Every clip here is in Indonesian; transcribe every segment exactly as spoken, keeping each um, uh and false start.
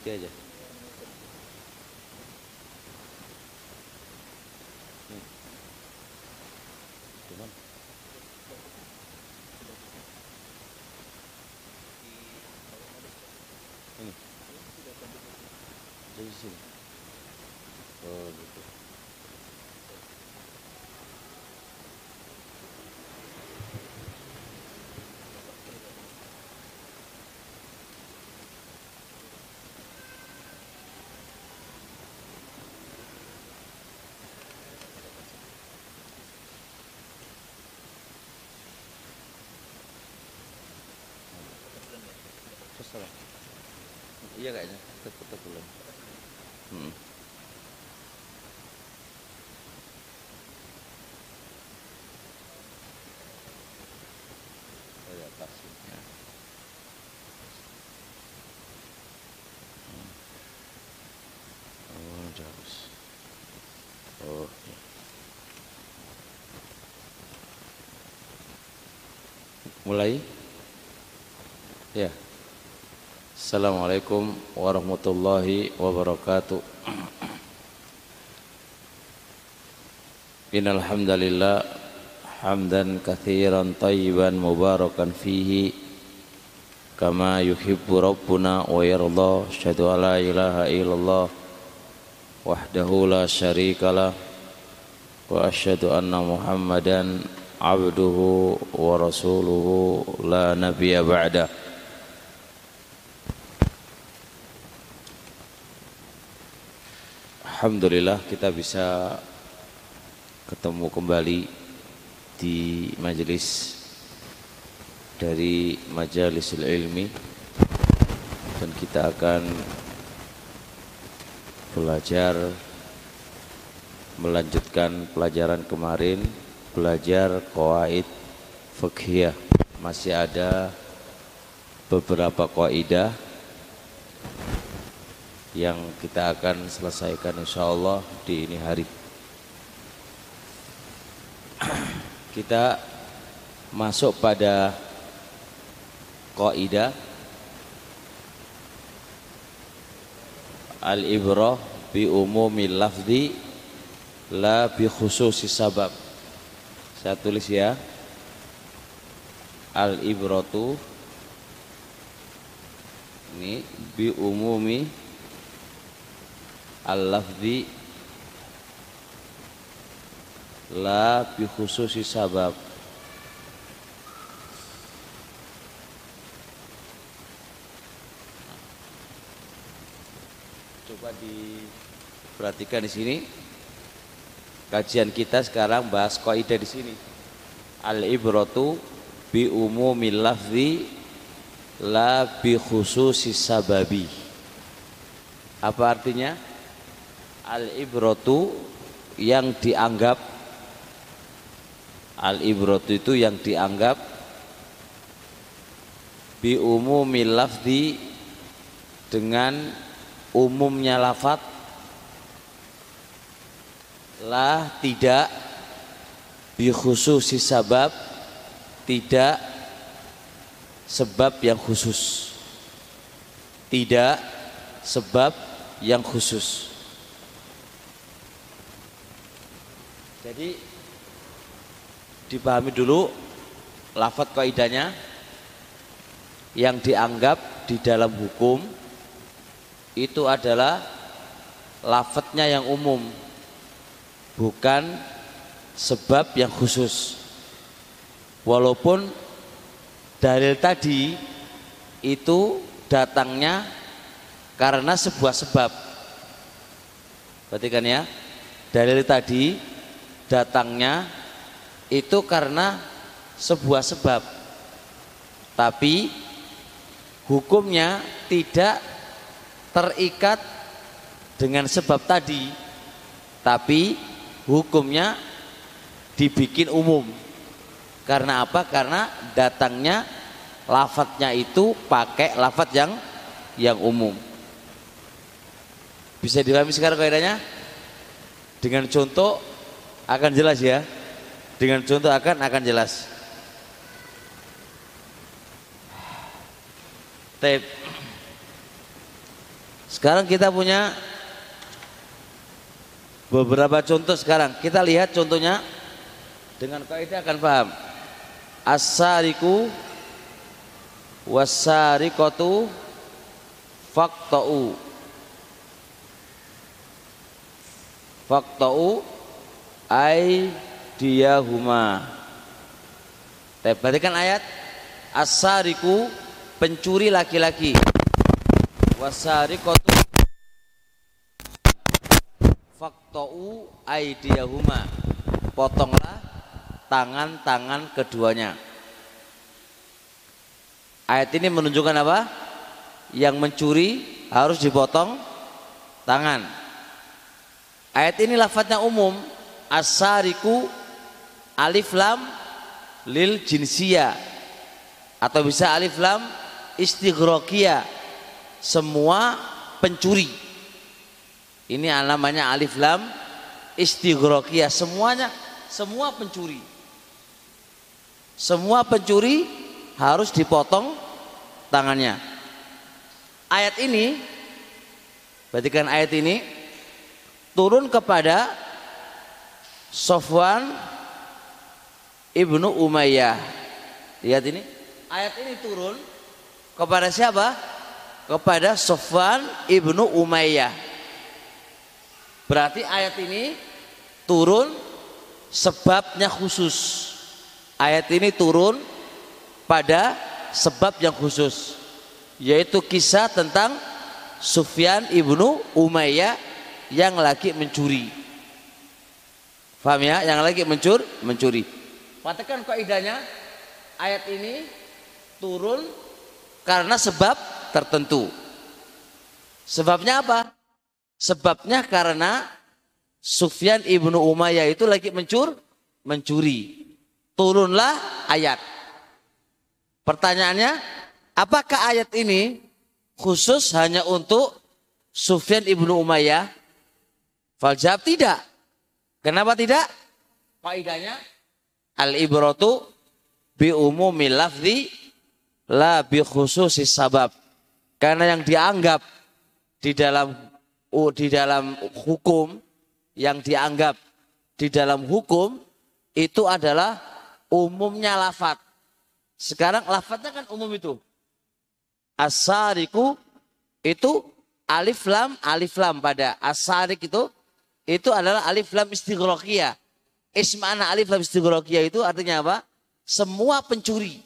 Ikuti aja. Nih. Cuman. Ini. Dari sini. Oh gitu. Terserah. Iya kayaknya tetap belum. Hmm. Oh ya pasti. Ya. Hmm. Oh terus. Oh. Ya. Mulai. Ya. Assalamualaikum warahmatullahi wabarakatuh. Innal hamdalillah hamdan katsiran tayyiban mubarakan fihi kama yuhibbu rabbuna wa yarda. Asyhadu an la ilaha illallah wahdahu la syarikalah wa asyhadu anna Muhammadan abduhu wa rasuluhu la nabiyya ba'da. Alhamdulillah kita bisa ketemu kembali di majelis dari Majalisul Ilmi, dan kita akan belajar melanjutkan pelajaran kemarin, belajar qawaid fiqhiyah. Masih ada beberapa kaidah yang kita akan selesaikan insyaallah di ini hari. Kita masuk pada kaidah al-ibrah bi umumil lafzi la bi khususi sabab. Saya tulis ya. Al-ibratu ini bi umumi al-lafzi la bi khususi sabab. Coba diperhatikan di sini. Kajian kita sekarang bahas kaidah di sini. Al-ibratu bi umumil lafzi la bi khususi sababi. Apa artinya? Al-ibratu yang dianggap, al-ibratu itu yang dianggap bi umumil lafzi dengan umumnya lafaz, la tidak, bi khususi sabab tidak sebab yang khusus, tidak sebab yang khusus. Jadi dipahami dulu lafaz kaidahnya. Yang dianggap di dalam hukum itu adalah lafadznya yang umum, bukan sebab yang khusus. Walaupun dalil tadi itu datangnya karena sebuah sebab. Perhatikan ya, dalil tadi datangnya itu karena sebuah sebab, tapi hukumnya tidak terikat dengan sebab tadi, tapi hukumnya dibikin umum. Karena apa? Karena datangnya lafadznya itu pakai lafadz yang yang umum. Bisa dipahami sekarang kaidahnya? Dengan contoh akan jelas ya. Dengan contoh akan akan jelas. Tep. Sekarang kita punya beberapa contoh. Sekarang kita lihat contohnya, dengan kaidah akan paham. As-sariku was-sariqatu faqta'u faqta'u aydiyahuma. Perhatikan ayat. As-sariku, pencuri laki-laki, was-sariqatu faqta'u aydiyahuma, potonglah tangan-tangan keduanya. Ayat ini menunjukkan apa? Yang mencuri harus dipotong tangan. Ayat ini lafadznya umum. As-sariku alif lam lil jinsiyah, atau bisa alif lam istighraqiyah, semua pencuri. Ini namanya alif lam istighraqiyah, semuanya, semua pencuri. Semua pencuri harus dipotong tangannya. Ayat ini, perhatikan ayat ini turun kepada Sofwan ibnu Umayyah. Lihat ini, ayat ini turun kepada siapa? Kepada Sofwan ibnu Umayyah. Berarti ayat ini turun sebabnya khusus. Ayat ini turun pada sebab yang khusus, yaitu kisah tentang Sufyan ibnu Umayyah yang lagi mencuri. Paham ya? Yang lagi mencur, mencuri. Perhatikan kaidahnya, ayat ini turun karena sebab tertentu. Sebabnya apa? Sebabnya karena Sufyan ibnu Umayyah itu lagi mencur, mencuri. Turunlah ayat. Pertanyaannya, apakah ayat ini khusus hanya untuk Sufyan ibnu Umayyah? Fal jawab tidak. Kenapa tidak? Kaidahnya al-ibratu bi umumil lafzi la bi khususis sabab. Karena yang dianggap di dalam di dalam hukum, yang dianggap di dalam hukum itu adalah umumnya lafaz. Sekarang lafadznya kan umum itu. As-sariku itu alif lam, alif lam pada as-sarik itu, itu adalah alif lam istighraqiyah. Ismana alif lam istighraqiyah itu artinya apa? Semua pencuri.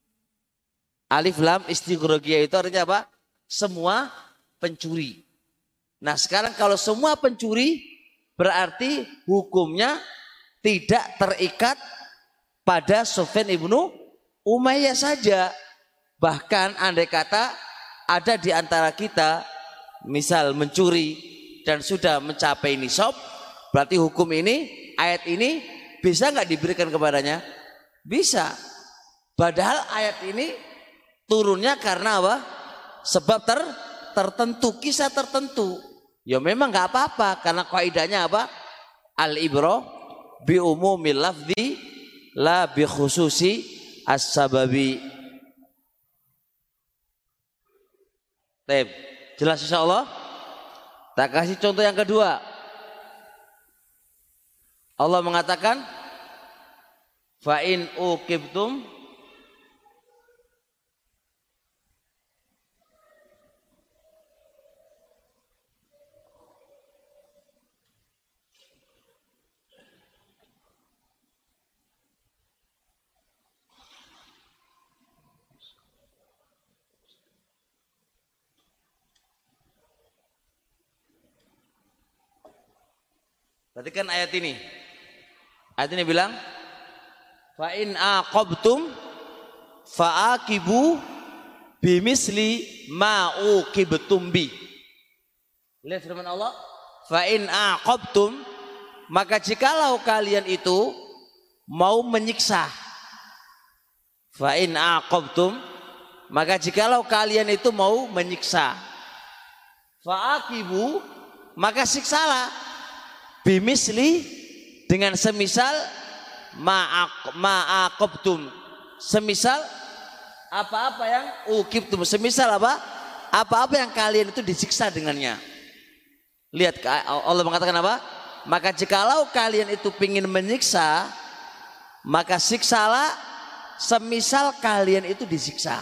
Alif lam istighraqiyah itu artinya apa? Semua pencuri. Nah sekarang kalau semua pencuri, berarti hukumnya tidak terikat pada Sufyan ibnu Umayyah saja. Bahkan andai kata ada di antara kita misal mencuri dan sudah mencapai nisab, berarti hukum ini, ayat ini bisa nggak diberikan kepadanya? Bisa. Padahal ayat ini turunnya karena apa? Sebab ter, tertentu, kisah tertentu. Ya memang nggak apa-apa, karena kaidahnya apa? Al-ibra bi umumil lafzi la bi khususi as-sababi. Baik, jelas insyaallah. Tak kasih contoh yang kedua. Allah mengatakan fa in uqibtum Perhatikan ayat ini. Ayat ini bilang, fa in aqabtum fa'aqibu bimisli ma uqibtum bi. Lihat firman Allah, fa in aqabtum, maka jikalau kalian itu mau menyiksa. Fa in aqabtum, maka jikalau kalian itu mau menyiksa. Fa'aqibu, maka siksalah. Bimisli, dengan semisal ma'aqabtum, semisal apa-apa yang uqibtum, semisal apa? apa-apa yang kalian itu disiksa dengannya. Lihat Allah mengatakan apa? Maka jikalau kalian itu ingin menyiksa, maka siksalah semisal kalian itu disiksa.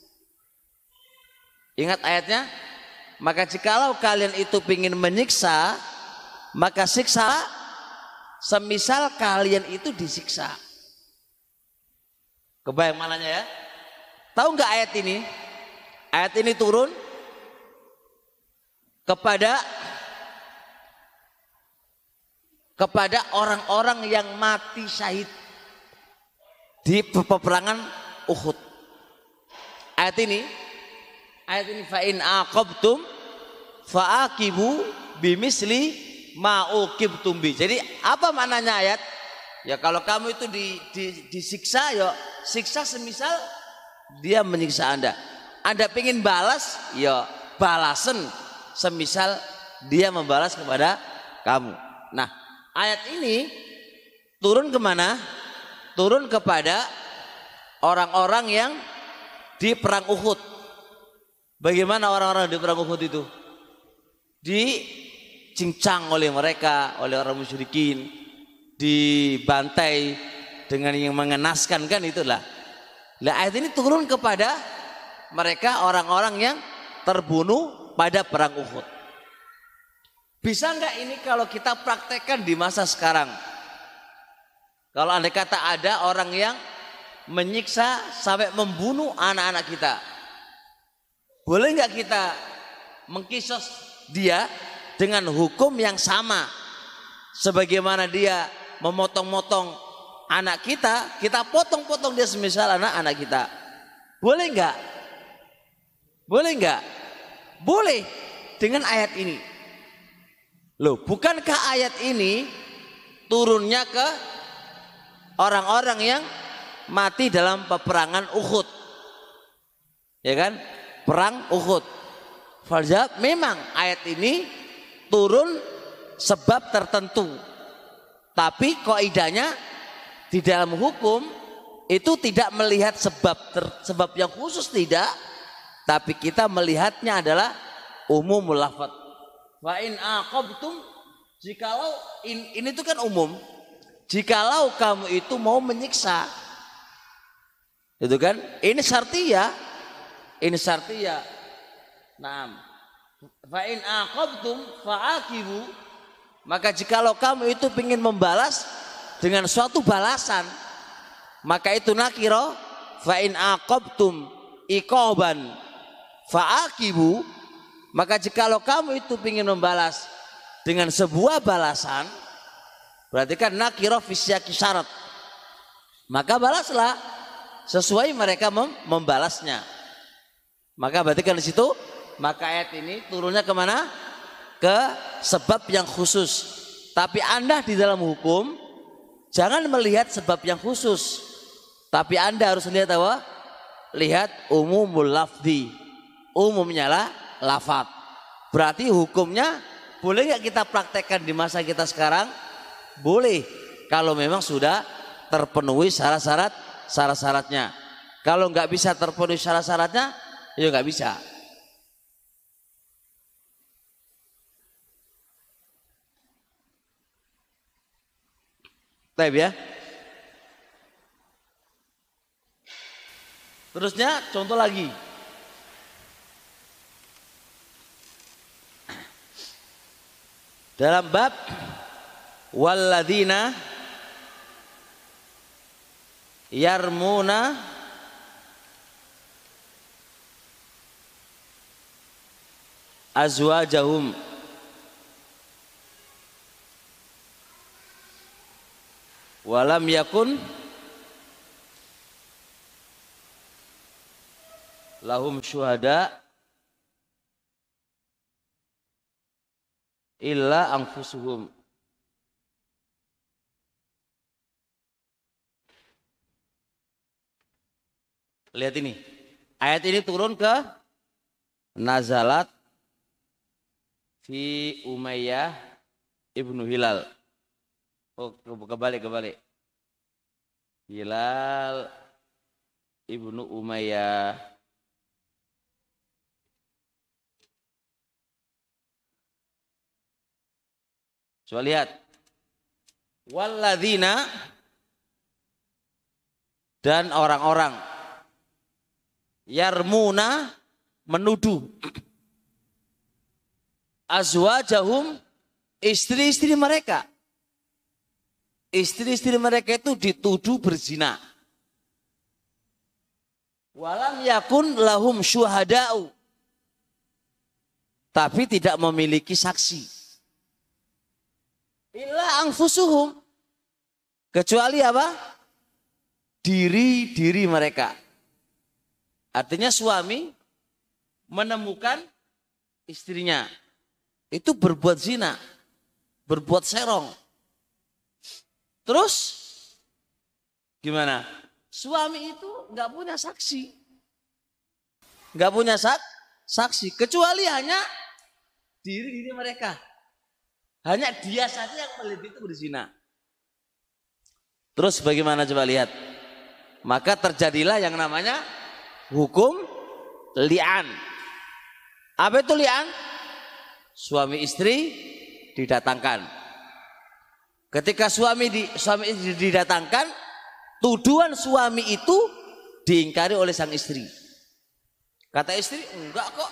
Ingat ayatnya? Maka jikalau kalian itu ingin menyiksa, maka siksalah semisal kalian itu disiksa. Kebayang mananya ya? Tahu nggak ayat ini? Ayat ini turun kepada kepada orang-orang yang mati syahid di peperangan Uhud. Ayat ini, ayat ini fa in aqabtum fa'aqibu bimisli ma uqibtum bi. Jadi apa maknanya ayat? Ya kalau kamu itu di, di, disiksa, ya siksa semisal dia menyiksa Anda. Anda pengen balas, ya balasen semisal dia membalas kepada kamu. Nah, ayat ini turun kemana? Turun kepada orang-orang yang di perang Uhud. Bagaimana orang-orang di perang Uhud itu? Dicincang oleh mereka, oleh orang musyrikin, dibantai dengan yang mengenaskan, kan itulah. Nah, ayat ini turun kepada mereka orang-orang yang terbunuh pada perang Uhud. Bisa nggak ini kalau kita praktekkan di masa sekarang? Kalau andai kata ada orang yang menyiksa sampai membunuh anak-anak kita, boleh nggak kita mengkisos dia dengan hukum yang sama? Sebagaimana dia memotong-motong anak kita, kita potong-potong dia semisal anak-anak kita. Boleh nggak? Boleh nggak? Boleh dengan ayat ini. Loh, bukankah ayat ini turunnya ke orang-orang yang mati dalam peperangan Uhud? Ya kan? Perang Uhud. Faljab, memang ayat ini turun sebab tertentu. Tapi kaidahnya di dalam hukum itu tidak melihat sebab ter, sebab yang khusus, tidak. Tapi kita melihatnya adalah umumul lafaz. Wa in aqabtum, jikalau in, ini itu kan umum. Jikalau kamu itu mau menyiksa, itu kan? Ini syartiyah, ini syartiyah. Naam. Fa in aqabtum fa'aqibu, maka jikalau kamu itu ingin membalas dengan suatu balasan, maka itu nakiro. Fa in aqabtum iqaban fa'aqibu, maka jikalau kamu itu ingin membalas dengan sebuah balasan, berarti kan nakiro fisyaki syarat, maka balaslah sesuai mereka mem membalasnya. Maka berarti kan di situ, maka ayat ini turunnya kemana? Ke sebab yang khusus. Tapi Anda di dalam hukum jangan melihat sebab yang khusus, tapi Anda harus lihat apa? Lihat umumul lafzi, umumnya lah lafaz. Berarti hukumnya boleh nggak kita praktekkan di masa kita sekarang? Boleh, kalau memang sudah terpenuhi syarat-syarat syarat-syaratnya. Kalau nggak bisa terpenuhi syarat-syaratnya, ya nggak bisa. Baik ya. Terusnya contoh lagi. Dalam bab walladzina yarmuna azwajahum walam yakun lahum syuhada illa anfusuhum. Lihat ini, ayat ini turun ke nazalat fi Umayyah ibnu Hilal. Oh, kebalik kebalik. Hilal ibnu Umayyah Coba lihat. Walladzina, dan orang-orang yarmuna, menuduh azwajahum, istri-istri mereka. Istri-istri mereka itu dituduh berzina. Walam yakun lahum syuhada'u, tapi tidak memiliki saksi. Illa anfusuhum, kecuali apa? Diri-diri mereka. Artinya suami menemukan istrinya itu berbuat zina, berbuat serong. Terus gimana? Suami itu nggak punya saksi, nggak punya sak, saksi, kecuali hanya diri-diri mereka. Hanya dia saja yang melihat itu berzina. Terus bagaimana, coba lihat. Maka terjadilah yang namanya hukum li'an. Apa itu li'an? Suami istri didatangkan. Ketika suami di, suami istri didatangkan, tuduhan suami itu diingkari oleh sang istri. Kata istri, enggak kok.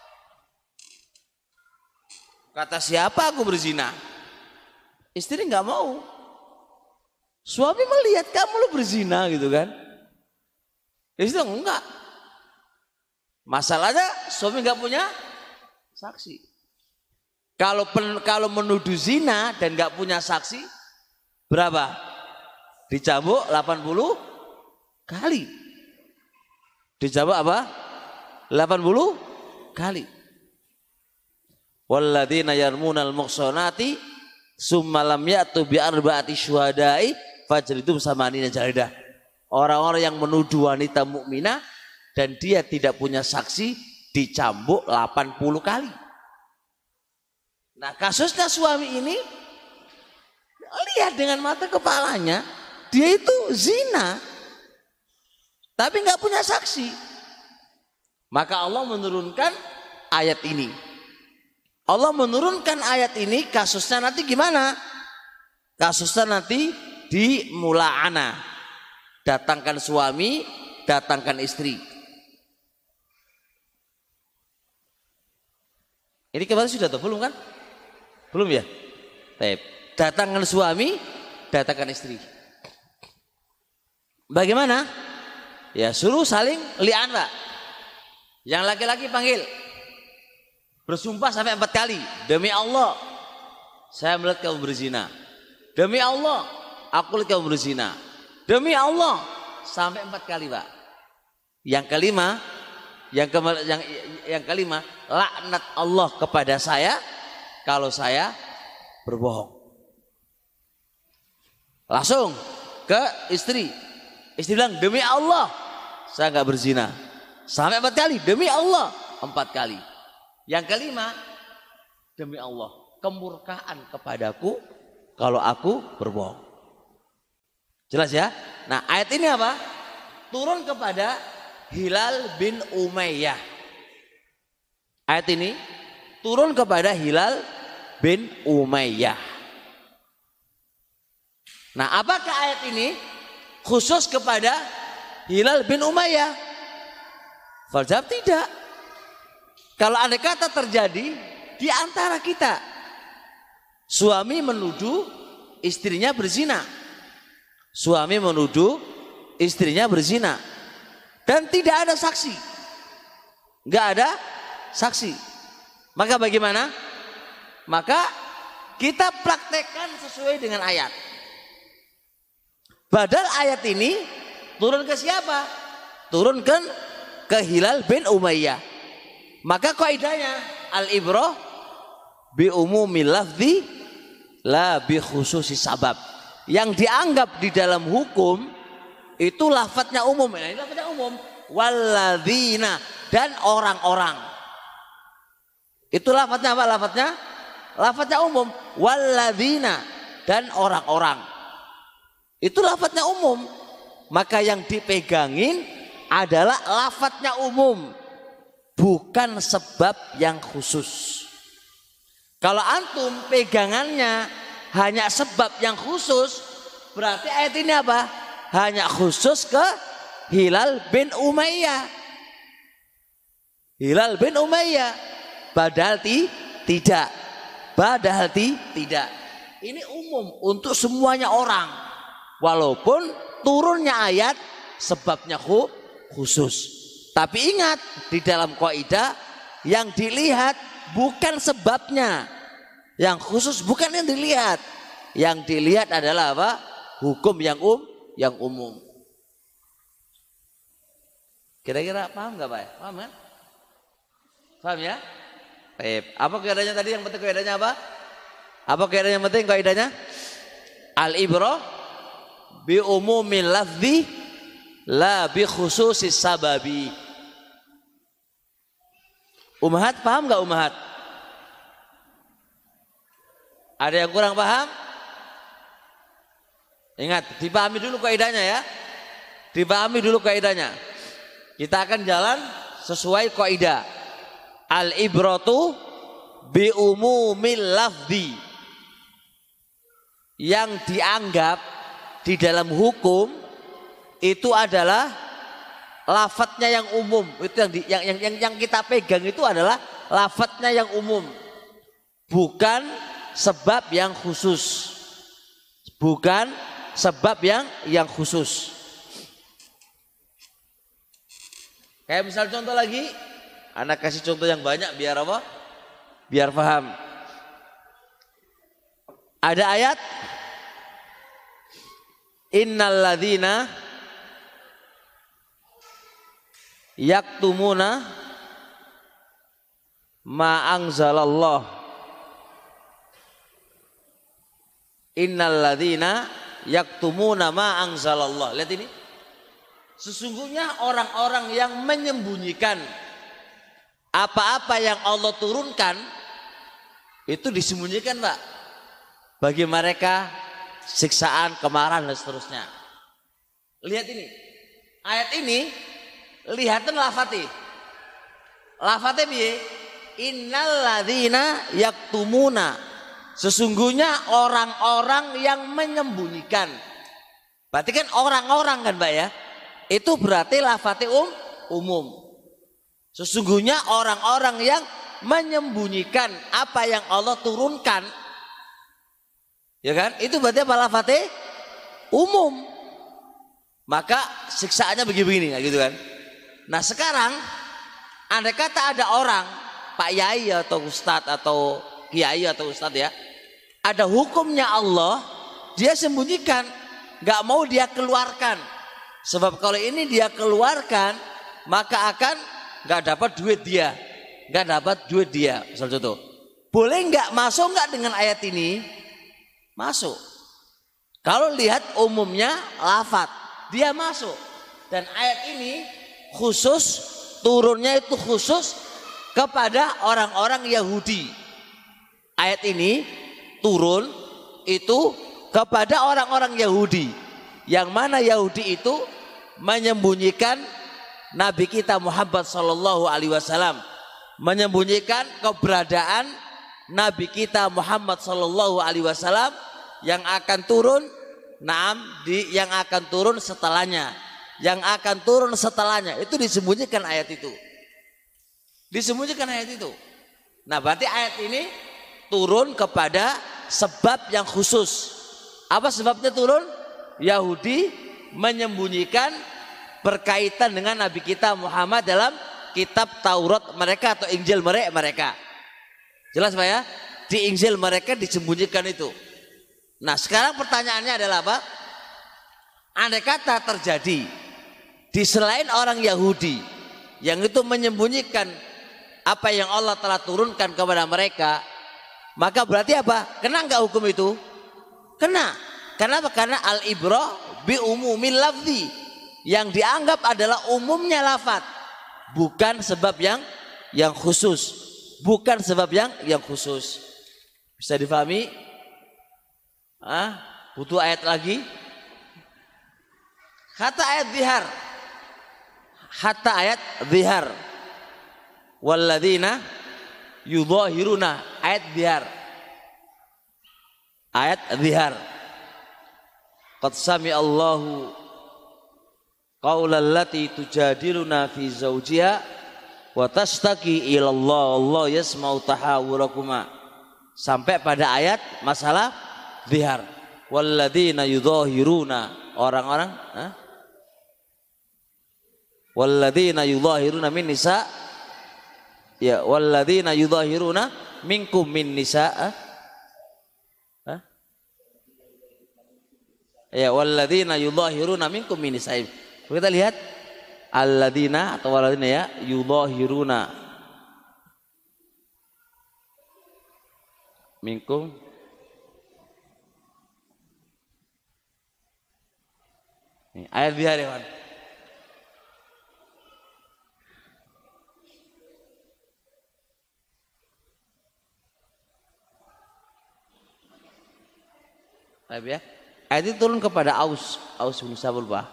Kata siapa aku berzina? Istri enggak mau. Suami melihat kamu lu berzina gitu kan. Istri enggak. Masalahnya suami enggak punya saksi. Kalau pen, kalau menuduh zina dan enggak punya saksi, berapa? Dicambuk delapan puluh kali. Dicambuk apa? delapan puluh kali. Walladzina yarmunal muhsanati summa lam ya'tu bi arba'ati syuhada'i fajridum samanina jaldah. Orang-orang yang menuduh wanita mukminah dan dia tidak punya saksi dicambuk delapan puluh kali. Nah, kasusnya suami ini lihat dengan mata kepalanya, dia itu zina tapi nggak punya saksi. Maka Allah menurunkan ayat ini. Allah menurunkan ayat ini, kasusnya nanti gimana? Kasusnya nanti di mula'ana. Datangkan suami, datangkan istri. Ini kemarin sudah atau belum kan? Belum ya? Baik. Datangkan suami, datangkan istri. Bagaimana? Ya suruh saling li'an, Pak. Yang laki-laki panggil. Bersumpah sampai empat kali. Demi Allah, saya melihat kamu berzina. Demi Allah, aku lihat kamu berzina. Demi Allah, sampai empat kali, Pak. Yang kelima, yang, ke, yang, yang kelima, laknat Allah kepada saya kalau saya berbohong. Langsung ke istri. Istri bilang, demi Allah, saya nggak berzina. Sampai empat kali, demi Allah, empat kali. Yang kelima, demi Allah, kemurkaan kepadaku kalau aku berbohong. Jelas ya? Nah, ayat ini apa? Turun kepada Hilal bin Umayyah. Ayat ini turun kepada Hilal bin Umayyah. Nah, apakah ayat ini khusus kepada Hilal bin Umayyah? Faljab tidak. Kalau andai kata terjadi di antara kita, suami menuduh istrinya berzina, suami menuduh istrinya berzina, dan tidak ada saksi, nggak ada saksi, maka bagaimana? Maka kita praktekkan sesuai dengan ayat. Padahal ayat ini turun ke siapa? Turun ke, ke Hilal bin Umayyah. Maka kaidahnya al-ibrah bi umumil lafzi la bi khususi sabab. Yang dianggap di dalam hukum itu lafadznya umum. Nah, ini lafadznya umum. Walladzina, dan orang-orang. Itu lafadznya apa? Lafadznya lafadznya umum. Walladzina, dan orang-orang. Itu lafadznya umum. Maka yang dipegangin adalah lafadznya umum, bukan sebab yang khusus. Kalau antum pegangannya hanya sebab yang khusus, berarti ayat ini apa? Hanya khusus ke Hilal bin Umayyah. Hilal bin Umayyah. Padahal ti, tidak. Padahal ti, tidak. Ini umum untuk semuanya orang. Walaupun turunnya ayat sebabnya khusus. Tapi ingat, di dalam kaidah yang dilihat bukan sebabnya. Yang khusus bukan yang dilihat. Yang dilihat adalah apa? Hukum yang um, yang umum. Kira-kira paham nggak Pak? Paham kan? Paham ya? Baik. Apa kaidahnya tadi yang penting kaidahnya apa? Apa kaidahnya yang penting kaidahnya? Al-ibrah bi umumil lafzi la bi khususis sababi. Umahat paham nggak umahat? Ada yang kurang paham? Ingat, dipahami dulu kaidahnya ya. Dipahami dulu kaidahnya. Kita akan jalan sesuai kaidah. Al-ibratu bi umumil lafzi. Yang dianggap di dalam hukum itu adalah lafadznya yang umum. Itu yang, di, yang, yang yang yang kita pegang itu adalah lafadznya yang umum. Bukan sebab yang khusus. Bukan sebab yang yang khusus. Kayak misal contoh lagi, anak kasih contoh yang banyak biar apa? Biar paham. Ada ayat Innal ladzina yaktumuna ma anzalallah. Innal ladzina yaktumuna ma anzalallah. Lihat ini. Sesungguhnya orang-orang yang menyembunyikan apa-apa yang Allah turunkan itu disembunyikan, Pak. Bagi mereka siksaan, kemarahan dan seterusnya. Lihat ini. Ayat ini lihatan lafati. Lafati piye? Innal ladzina yaktumuna. Sesungguhnya orang-orang yang menyembunyikan. Berarti kan orang-orang kan Pak ya. Itu berarti lafati um, umum. Sesungguhnya orang-orang yang menyembunyikan apa yang Allah turunkan. Ya kan? Itu berarti apa lafati umum. Maka siksaannya begini-begini ya gitu kan. Nah sekarang andai kata ada orang Pak Yai atau Ustadz atau Kiai atau Ustadz ya, ada hukumnya Allah, dia sembunyikan, nggak mau dia keluarkan. Sebab kalau ini dia keluarkan, maka akan nggak dapat duit dia, nggak dapat duit dia. Misal contoh, boleh nggak masuk nggak dengan ayat ini? Masuk. Kalau lihat umumnya lafat, dia masuk. Dan ayat ini khusus turunnya itu khusus kepada orang-orang Yahudi. Ayat ini turun itu kepada orang-orang Yahudi. Yang mana Yahudi itu menyembunyikan Nabi kita Muhammad Sallallahu Alaihi Wasallam, menyembunyikan keberadaan Nabi kita Muhammad Sallallahu Alaihi Wasallam yang akan turun, naam di yang akan turun setelahnya, yang akan turun setelahnya itu disembunyikan ayat itu, disembunyikan ayat itu. Nah berarti ayat ini turun kepada sebab yang khusus. Apa sebabnya turun? Yahudi menyembunyikan berkaitan dengan Nabi kita Muhammad dalam kitab Taurat mereka atau Injil mereka. Jelas Pak ya? Di Injil mereka disembunyikan itu. Nah sekarang pertanyaannya adalah apa? Andai kata terjadi di selain orang Yahudi yang itu menyembunyikan apa yang Allah telah turunkan kepada mereka, maka berarti apa? Kena enggak hukum itu? Kena. Kenapa? Karena al-ibrah bi umumil lafzi. Yang dianggap adalah umumnya lafaz, bukan sebab yang yang khusus. Bukan sebab yang yang khusus. Bisa difahami? Ah, butuh ayat lagi? Kata ayat zihar. Hatta ayat zihar. Walladzina yudhahiruna, ayat zihar. Ayat zihar. Qad sami Allahu qaulal lati tujadiluna fi zawjiha wa tastaqi ila Allah Allah yasma'u tahawurakuma. Sampai pada ayat masalah zihar. Walladzina yudhahiruna, orang-orang, ha? Walladzina yudhahiruna min nisa, ya walladzina yudhahiruna minkum min nisa, ha? Ha? Ya walladzina yudhahiruna minkum min nisa. Kita lihat alladzina atau walladzina ya yudhahiruna minkum. Ini ayat biar ya, ya. Ayat itu turun kepada Aus, Aus bin Sabulbah.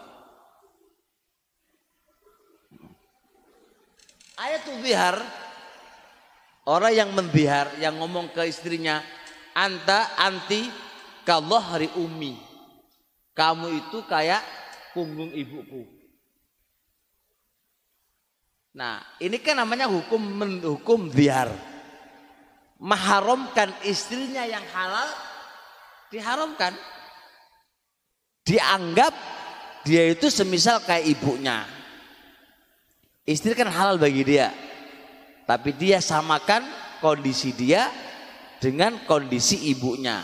Ayat zihar, orang yang mendihar, yang ngomong ke istrinya, anta anti kadhahri ummi, kamu itu kayak punggung ibuku. Nah, ini kan namanya hukum hukum zihar. Mengharamkan istrinya yang halal diharamkan. Dianggap dia itu semisal kayak ibunya. Istri kan halal bagi dia. Tapi dia samakan kondisi dia dengan kondisi ibunya.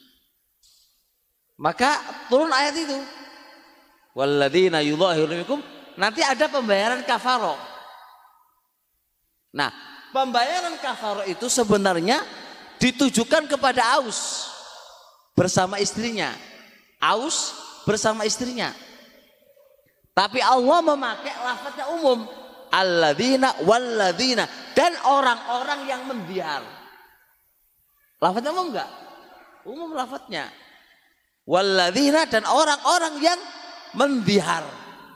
Maka turun ayat itu. Walladzina yudhahiruna minkum, nanti ada pembayaran kafaroh. Nah, pembayaran kafaroh itu sebenarnya ditujukan kepada Aus bersama istrinya. Aus bersama istrinya. Tapi Allah memakai lafadznya umum. Alladzina walladzina, dan orang-orang yang mendihar. Lafadznya umum enggak? Umum lafadznya. Walladzina, dan orang-orang yang mendihar.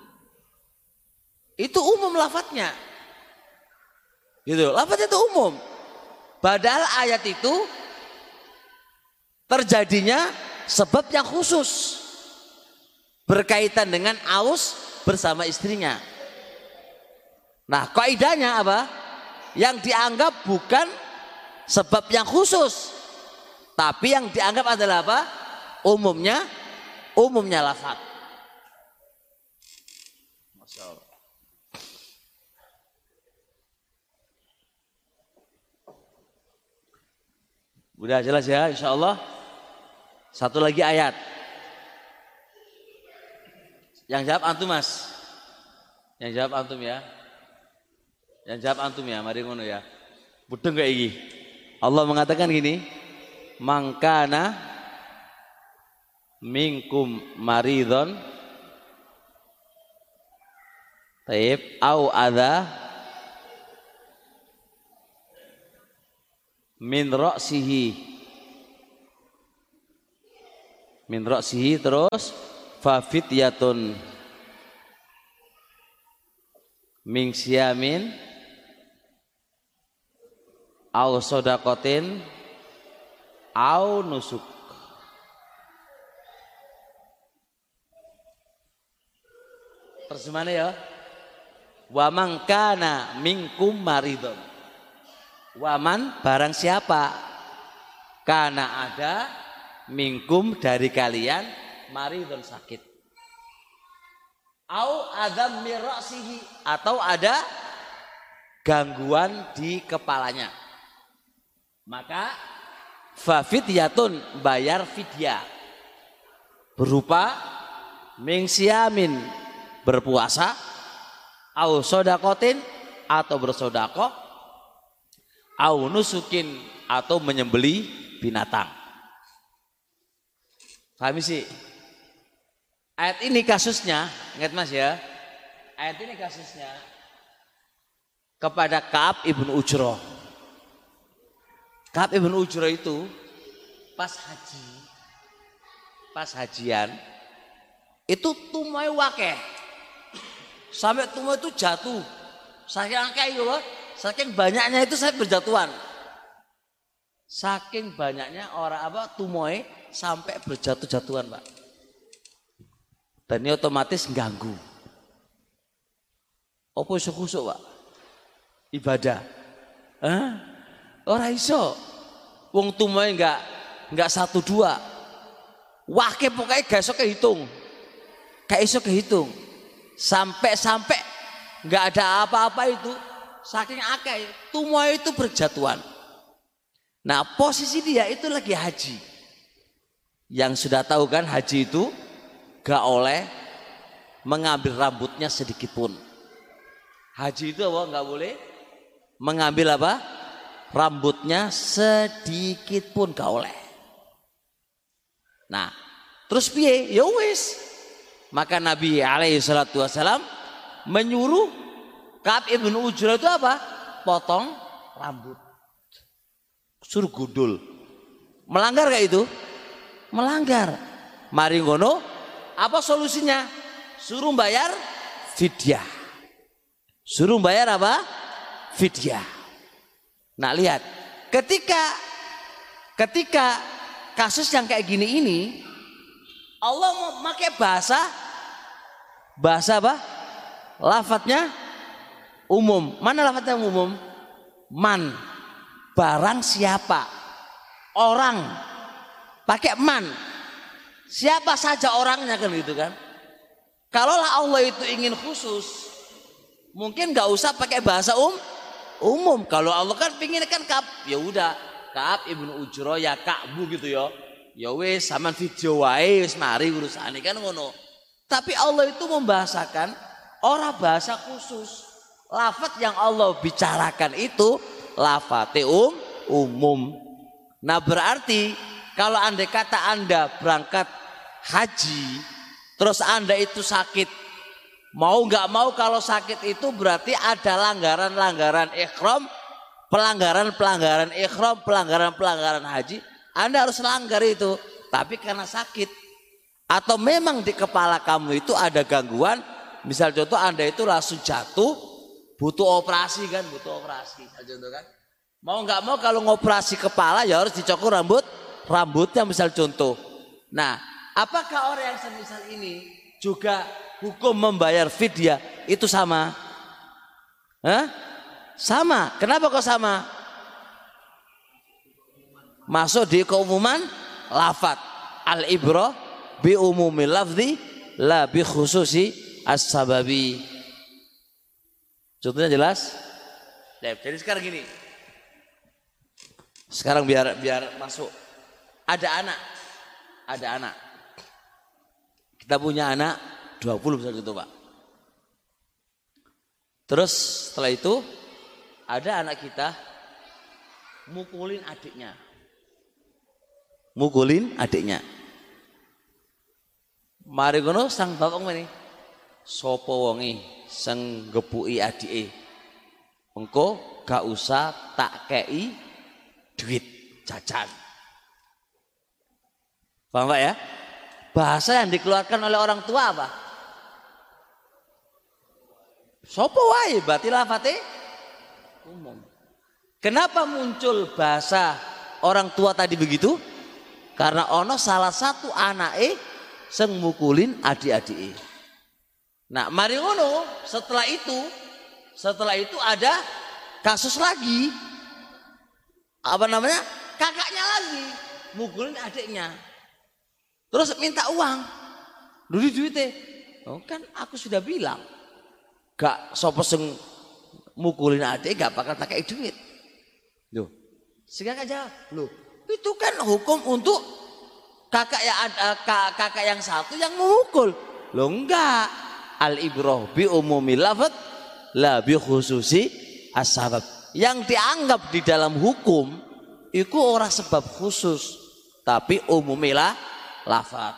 Itu umum lafadznya. Gitu, lafadznya itu umum. Padahal ayat itu terjadinya sebab yang khusus berkaitan dengan Aus bersama istrinya. Nah, kaidahnya apa? Yang dianggap bukan sebab yang khusus, tapi yang dianggap adalah apa? Umumnya, umumnya lafaz. Masya Allah. Udah jelas ya, insya Allah. Satu lagi ayat. Yang jawab antum mas. Yang jawab antum ya. Yang jawab antum ya, mari ngono ya. Budeng kayak gini. Allah mengatakan gini, mangkana minkum maridon taib au adha min ra'sihi min ra'sihi terus fafityatun min siyamin au sodakotin au nusuk. Terjemahannya ya, wa man kana minkum maridun, waman barang siapa kana ada minkum dari kalian maridun sakit, au adam mirasihi atau ada gangguan di kepalanya, maka fafidyatun bayar fidyah berupa mingsiamin berpuasa, au sodakotin atau bersodakoh, au nusukin atau menyembeli binatang. Paham sih? Ayat ini kasusnya, ingat mas ya, ayat ini kasusnya kepada Ka'ab ibn Ujrah. Ka'ab ibn Ujrah itu pas haji, pas hajian itu tumai wakeh, sampai tumai itu jatuh, saking akeh itu loh, saking banyaknya itu saya berjatuhan, Saking banyaknya orang apa tumoe sampai berjatuh-jatuhan, Pak. Dan ini otomatis ganggu. Apa iso khusuk, Pak? Ibadah. Hah? Ora iso. Wong tumoe enggak enggak satu dua. Wake pokoknya gak iso kehitung. Gak iso kehitung. Sampai-sampai enggak ada apa-apa itu. Saking akeh tumoe itu berjatuhan. Nah, posisi dia itu lagi haji. Yang sudah tahu kan haji itu gak oleh mengambil rambutnya sedikit pun. Haji itu apa? Gak boleh mengambil apa? Rambutnya sedikit pun gak oleh. Nah, terus piye? Ya wis. Maka Nabi alaihi salatu wasalam menyuruh Ka'ab ibn Ujrah itu apa? Potong rambut. Suruh gundul. Melanggar gak itu? Melanggar. Mari ngono, apa solusinya? Suruh bayar fidyah. Suruh bayar apa? Fidyah. Nah, lihat, ketika ketika kasus yang kayak gini ini, Allah mau pakai bahasa bahasa apa? Lafadznya umum. Mana lafadznya umum? Man. Barang siapa? Orang. Pakai man. Siapa saja orangnya kan gitu kan. Kalaulah Allah itu ingin khusus, mungkin nggak usah pakai bahasa um, umum. Kalau Allah kan pingin kan Ka'ab, ya udah Ka'ab ibnu Ujrah ya Ka'bu gitu ya. Ya wes sampean video wae wis mari urusane kan ngono. Tapi Allah itu membahasakan orang bahasa khusus. Lafaz yang Allah bicarakan itu lafaz um, umum. Nah, berarti kalau andai kata Anda berangkat haji, terus Anda itu sakit, mau nggak mau kalau sakit itu berarti ada langgaran-langgaran ikhram, pelanggaran-pelanggaran ikhram, pelanggaran-pelanggaran haji, Anda harus langgar itu. Tapi karena sakit atau memang di kepala kamu itu ada gangguan, misal contoh Anda itu langsung jatuh, butuh operasi kan, butuh operasi, contoh kan. Mau nggak mau kalau ngoperasi kepala ya harus dicukur rambut, rambutnya misal contoh. Nah, apakah orang yang semisal ini juga hukum membayar fidyah itu sama? Hah? Sama. Kenapa kok sama? Masuk di keumuman lafadz. Al-ibrah bi umumil lafzi la bi khususi as-sababi. Contohnya jelas? Jadi sekarang gini. Sekarang biar biar masuk. Ada anak. Ada anak. Kita punya anak dua puluh misalnya gitu, Pak. Terus setelah itu ada anak kita mukulin adiknya. Mukulin adiknya. Mari ngono sang bapak ngene. Sapa wonge sing ngepuki adike? Engko gak usah tak kei duit jajan. Paham Pak ya? Bahasa yang dikeluarkan oleh orang tua apa? Sopo wae berarti lafate umum. Kenapa muncul bahasa orang tua tadi begitu? Karena ono salah satu anake sing mukulin adik-adike. Nah, mari ngono, setelah itu setelah itu ada kasus lagi. Apa namanya? Kakaknya lagi mukulin adiknya. Terus minta uang. Dulu duitnya. Oh, kan aku sudah bilang. Gak sopo sing mukulin adik gak bakal pakai duit. Loh. Sehingga aja. Loh. Itu kan hukum untuk kakak yang kakak yang satu yang memukul. Loh enggak. Al-ibrah bi umumil lafadz la bi khususi as-sabab. Yang dianggap di dalam hukum itu orang sebab khusus, tapi umumilah lafaz.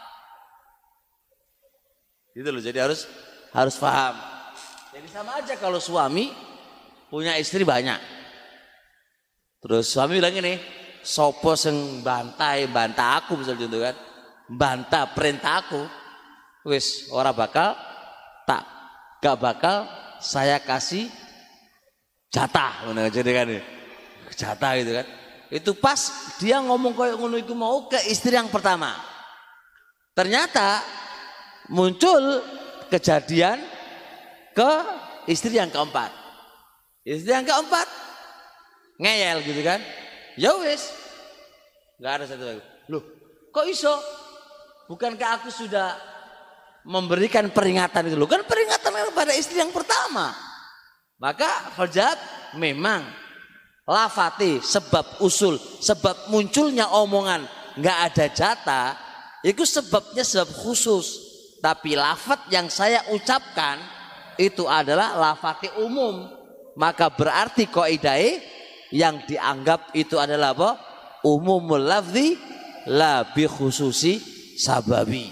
Gitu loh. Jadi harus harus paham. Jadi sama aja kalau suami punya istri banyak. Terus suami bilang ini, sopo sing bantai bantah aku misal contoh kan, bantah perintah aku, wis ora bakal tak gak bakal saya kasih jatah, jadi kan jatah gitu kan. Itu pas dia ngomong koyo ngono iku mau ke istri yang pertama. Ternyata muncul kejadian ke istri yang keempat. Istri yang keempat ngeyel gitu kan. Ya wis. Enggak ada satu lagi. Loh, kok iso? Bukankah aku sudah memberikan peringatan itu? Loh, kan peringatan kepada istri yang pertama. Maka Fajab memang lafati sebab usul, sebab munculnya omongan nggak ada jatah, itu sebabnya sebab khusus. Tapi lafat yang saya ucapkan itu adalah lafati umum. Maka berarti qaidai yang dianggap itu adalah apa? Umumul lafzi la bi khususi sababi.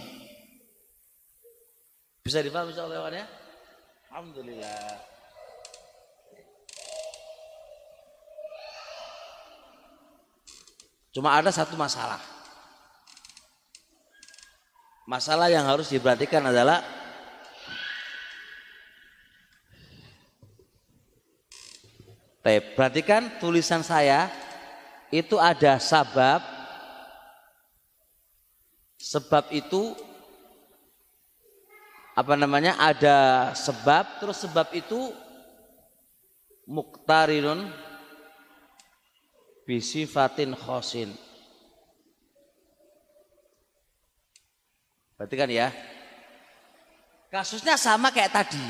Bisa dipahami insyaallah ya? Alhamdulillah. Cuma ada satu masalah. Masalah yang harus diperhatikan adalah perhatikan tulisan saya itu ada sabab. Sebab itu apa namanya? Ada sebab, terus sebab itu muqtarinun bisifatin khosin. Perhatikan ya. Kasusnya sama kayak tadi.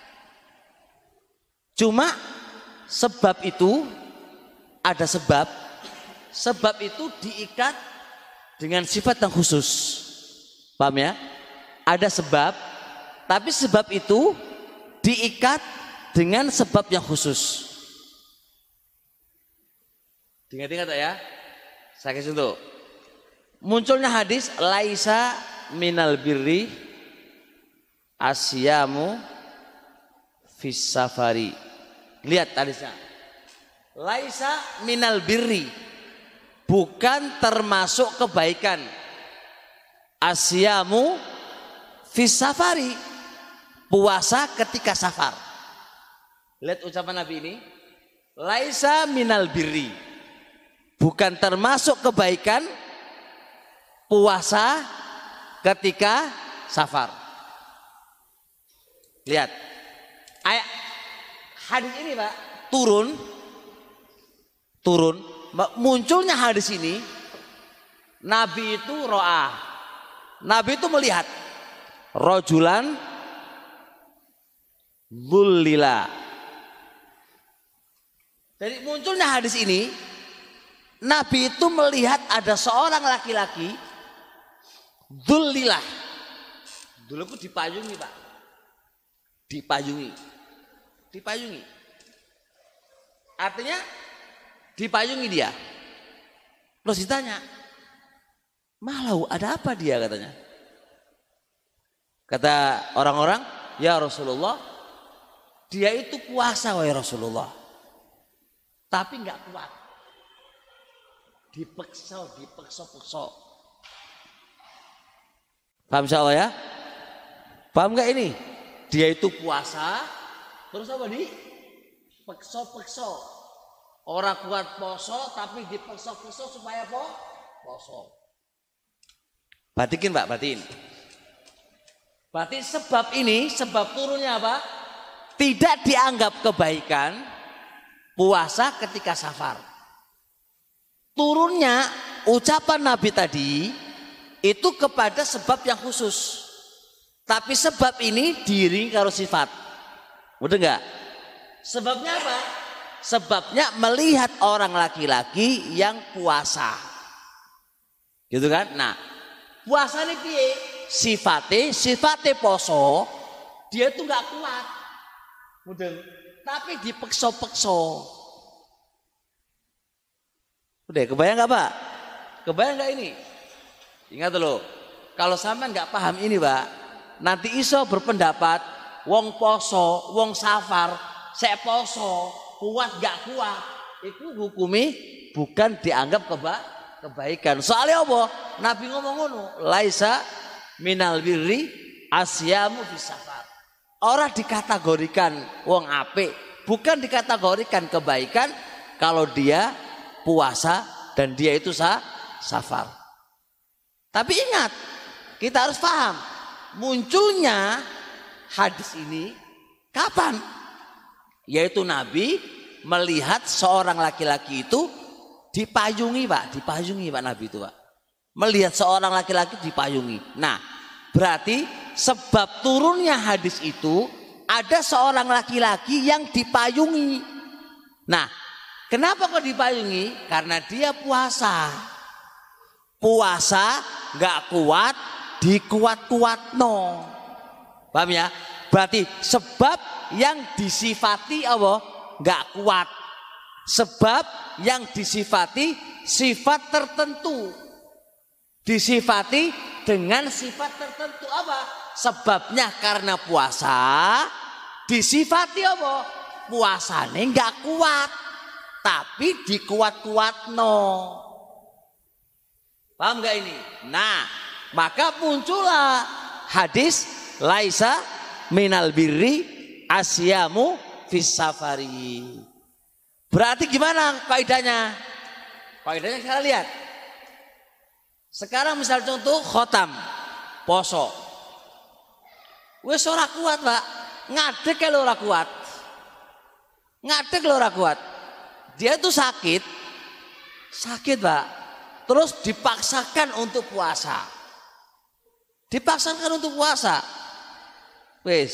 Cuma sebab itu ada sebab. Sebab itu diikat dengan sifat yang khusus. Paham ya? Ada sebab, tapi sebab itu diikat dengan sebab yang khusus. Ingat-ingat ya, saya kasih untuk munculnya hadis laisa minal birri asyamu fis safari. Lihat hadisnya. Laisa minal birri, bukan termasuk kebaikan asyamu fis safari, puasa ketika safar. Lihat ucapan Nabi ini, laisa minal birri, bukan termasuk kebaikan puasa ketika safar. Lihat ayat hadis ini Pak turun turun munculnya hadis ini. Nabi itu ro'ah, Nabi itu melihat rojulan bullila. Jadi munculnya hadis ini, Nabi itu melihat ada seorang laki-laki dzullilah. Dulu aku dipayungi Pak. Dipayungi. Dipayungi. Artinya dipayungi dia. Terus ditanya, "Malau ada apa dia?" katanya. Kata orang-orang, "Ya Rasulullah, dia itu puasa wahai Rasulullah. Tapi enggak kuat. Dipeksa, dipeksa-peksa." Paham insyaallah ya? Paham enggak ini? Dia itu puasa, terus apa di? Peksa-peksa. Orang kuat poso tapi dipeksa-peksa supaya apa? Poso. Batikin Pak, batin. Berarti sebab ini, sebab turunnya apa? Tidak dianggap kebaikan puasa ketika safar. Turunnya ucapan Nabi tadi itu kepada sebab yang khusus. Tapi sebab ini diiringi karo sifat. Udah enggak? Sebabnya apa? Sebabnya melihat orang laki-laki yang puasa. Gitu kan? Nah, puasa ini piye? Sifatnya, sifatnya poso, dia itu enggak kuat. Udah, tapi dipeksa-peksa. Udah, kebayang enggak Pak? Kebayang enggak ini? Ingat loh, kalau sampean enggak paham ini Pak, nanti iso berpendapat wong poso, wong safar, sek poso, kuat gak kuat, itu hukumi bukan dianggap keba kebaikan. Soalnya apa? Nabi ngomong ngono, laisa minal birri asyamu fis safar. Orang dikategorikan wong apik, bukan dikategorikan kebaikan kalau dia puasa dan dia itu sah, safar. Tapi ingat, kita harus paham munculnya hadis ini kapan? Yaitu Nabi melihat seorang laki-laki itu dipayungi, Pak, dipayungi Pak Nabi itu, Pak. Melihat seorang laki-laki dipayungi. Nah, berarti sebab turunnya hadis itu ada seorang laki-laki yang dipayungi. Nah, kenapa kok dipayungi? Karena dia puasa. Puasa nggak kuat, dikuat-kuat no. Paham ya? Berarti sebab yang disifati apa? Nggak kuat. Sebab yang disifati sifat tertentu. Disifati dengan sifat tertentu apa? Sebabnya karena puasa. Disifati apa? Puasanya nggak kuat, tapi dikuat-kuat no. Paham nggak ini? Nah, maka muncullah hadis laisa minal birri asyamu fis safari. Berarti gimana kaidahnya? Kaidahnya kita lihat. Sekarang misal contoh khotam poso. Wis ora kuat, Pak. Ngadeg kalau ora kuat. Ngadeg lho ora kuat. Dia tuh sakit. Sakit, Pak. Terus dipaksakan untuk puasa. Dipaksakan untuk puasa. Wis.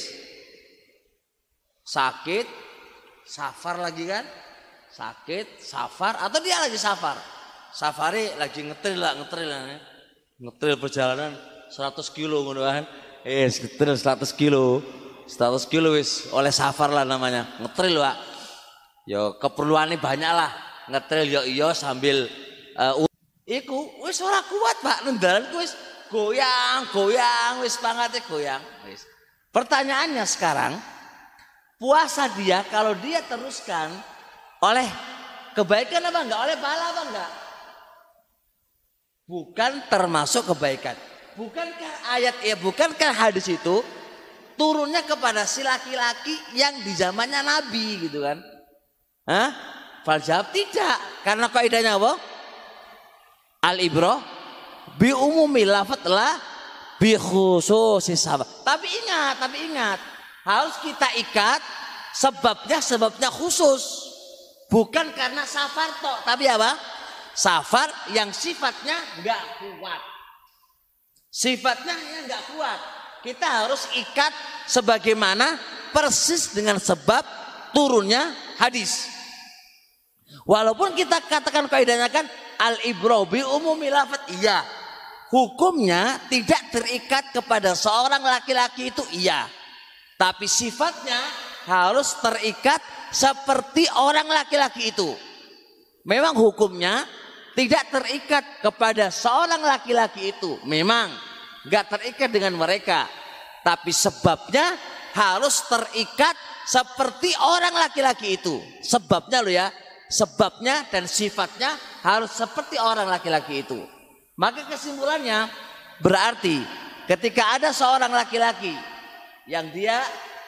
Sakit, safar lagi kan? Sakit, safar, atau dia lagi safar. Safari lagi ngetril lah, ngetril lah. Ngetril perjalanan seratus kilo ngono kan. Eh, ngetril seratus kilo. seratus kilo wis oleh safar lah namanya. Ngetril, Pak. Yo keperluannya banyak lah. Ngetril yo iyo sambil uh, iku wis ora kuat, Pak. Nendalan wis goyang, goyang, wis pangate goyang, wis. Pertanyaannya sekarang, puasa dia kalau dia teruskan oleh kebaikan apa enggak? Oleh pahala apa enggak? Bukan termasuk kebaikan. Bukankah ayat ya bukankah hadis itu turunnya kepada si laki-laki yang di zamannya Nabi gitu kan? Hah? Fal jawab tidak. Karena kaidahnya apa? Al ibrah bi umumi lafadz la bi khususis sabab. Tapi ingat, tapi ingat, harus kita ikat sebabnya sebabnya khusus. Bukan karena safar tok, tapi apa? Safar yang sifatnya enggak kuat. Sifatnya yang enggak kuat. Kita harus ikat sebagaimana persis dengan sebab turunnya hadis. Walaupun kita katakan kaidahnya kan al-ibrah bi umumi lafadz, iya. Hukumnya tidak terikat kepada seorang laki-laki itu, iya. Tapi sifatnya harus terikat seperti orang laki-laki itu. Memang hukumnya tidak terikat kepada seorang laki-laki itu. Memang enggak terikat dengan mereka. Tapi sebabnya harus terikat seperti orang laki-laki itu. Sebabnya loh ya. Sebabnya dan sifatnya harus seperti orang laki-laki itu. Maka kesimpulannya berarti ketika ada seorang laki-laki yang dia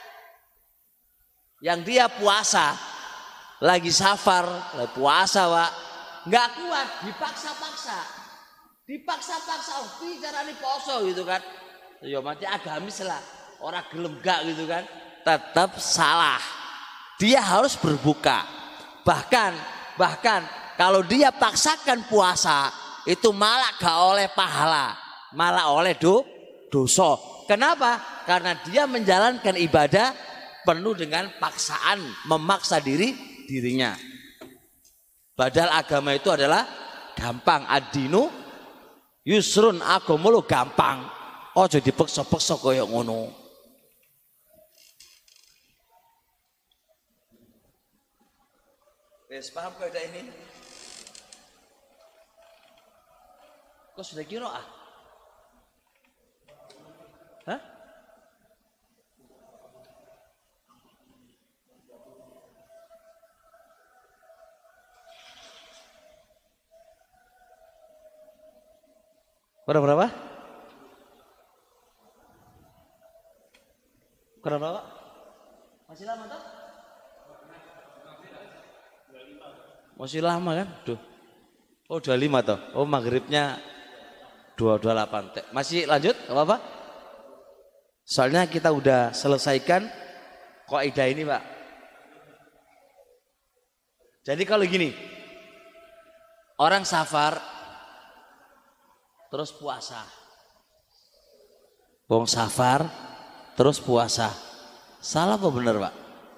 yang dia puasa, lagi safar, lagi puasa, Pak, nggak kuat, dipaksa-paksa, dipaksa-paksa, oh, bicara nih poso gitu kan, ya mati agamis lah, orang gelem gak gitu kan, tetap salah, dia harus berbuka, bahkan, bahkan kalau dia paksakan puasa, itu malah gak oleh pahala, malah oleh do, dosa. Kenapa? Karena dia menjalankan ibadah penuh dengan paksaan, memaksa diri dirinya. Padahal agama itu adalah gampang, ad-dinu yusrun, agama lu gampang. Ojo dipeksa-peksa kaya ngono. Wes paham kaidah ini? Kok sudah kira ah? Hah? Kurang berapa? Kurang berapa? Masih lama toh? Masih lama kan? Duh. Oh dua puluh lima toh. Oh maghribnya dua puluh delapan. Masih lanjut apa-apa? Soalnya kita udah selesaikan kaidah ini Pak. Jadi kalau gini, orang safar terus puasa. Wong safar terus puasa. Salah apa benar Pak?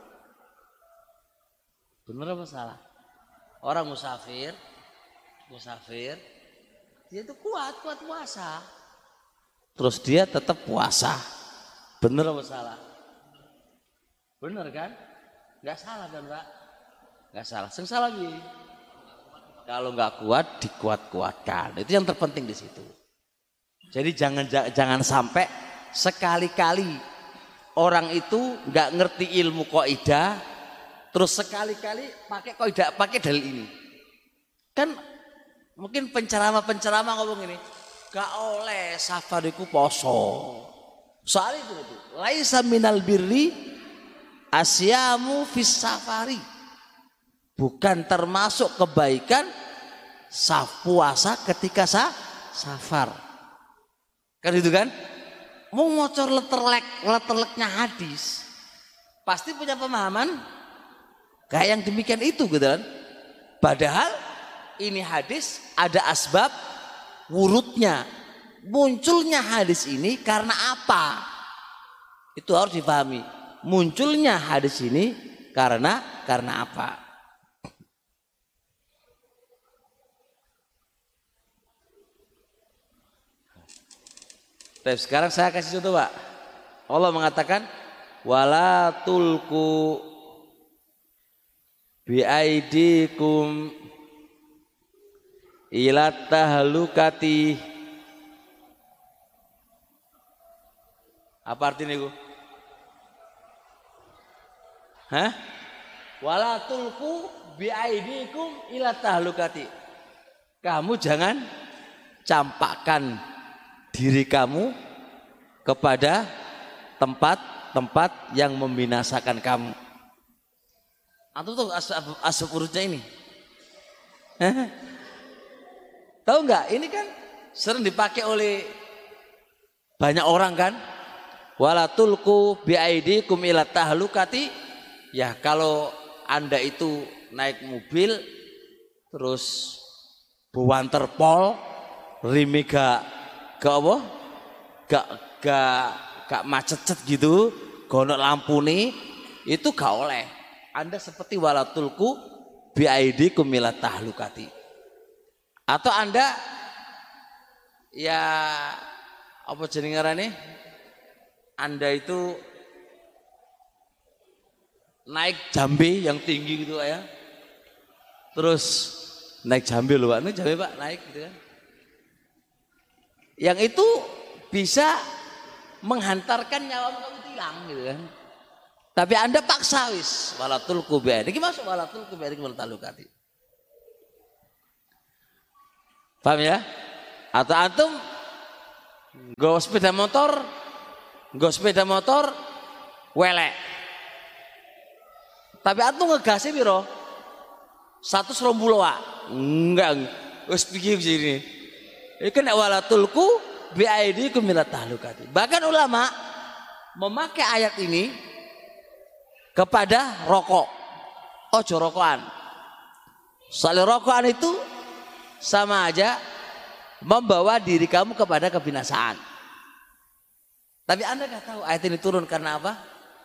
Benar apa salah? Orang musafir, musafir, dia itu kuat, kuat puasa. Terus dia tetap puasa. Benar apa salah? Benar kan? Gak salah kan Pak? Gak salah. Sing salah gini. Kalau nggak kuat dikuat-kuatkan. Itu yang terpenting di situ. Jadi jangan jangan sampai sekali-kali orang itu nggak ngerti ilmu kaidah, terus sekali-kali pakai kaidah, pakai dalil ini. Kan mungkin penceramah-penceramah ngomong ini, gak oleh safariku poso. Soal itu itu. Laisa minal birri asyamu fis safari. Bukan termasuk kebaikan saf puasa ketika sah, safar. Kan itu kan? Mau ngocor leterlek, leterleknya hadis. Pasti punya pemahaman kayak yang demikian itu gitu kan. Padahal ini hadis ada asbab wurudnya. Munculnya hadis ini karena apa? Itu harus dipahami. Munculnya hadis ini karena karena apa? Tapi sekarang saya kasih contoh Pak. Allah mengatakan wala tulku biaidikum ila tahlukati. Apa artinya itu? Hah? Wala tulku biaidikum ila tahlukati. Kamu jangan campakkan diri kamu kepada tempat-tempat yang membinasakan kamu. Atau tuh asap asap urutnya ini. Tahu nggak? Ini kan sering dipakai oleh banyak orang kan. Wala tulku biaidikum ila tahlukati. Ya kalau Anda itu naik mobil terus buanter pol rimega gak apa? Gak gak gak macet-cet gitu, gonok lampu nih, itu gak oleh. Anda seperti walatulku biaidikum ila tahlukati. Atau Anda ya apa jenenge ngarane? Anda itu naik jambe yang tinggi gitu ya. Terus naik jambe loh Pak, ini jambe Pak naik gitu kan. Yang itu bisa menghantarkan nyawa kamu hilang gitu kan. Tapi Anda paksa wis walatul kubi'id. Iki masuk walatul kubi'id wal talukati. Paham ya? Atau antum nggo sepeda motor, nggo sepeda motor welek. Tapi antum ngegase piro? seratus dua puluh watt. Enggak, wis pikir sini. Ini kan walatulku biaidikum ila tahlukati. Bahkan ulama memakai ayat ini kepada rokok. Ojo rokokan. Soalnya rokokan itu sama aja membawa diri kamu kepada kebinasaan. Tapi Anda nggak tahu ayat ini turun karena apa?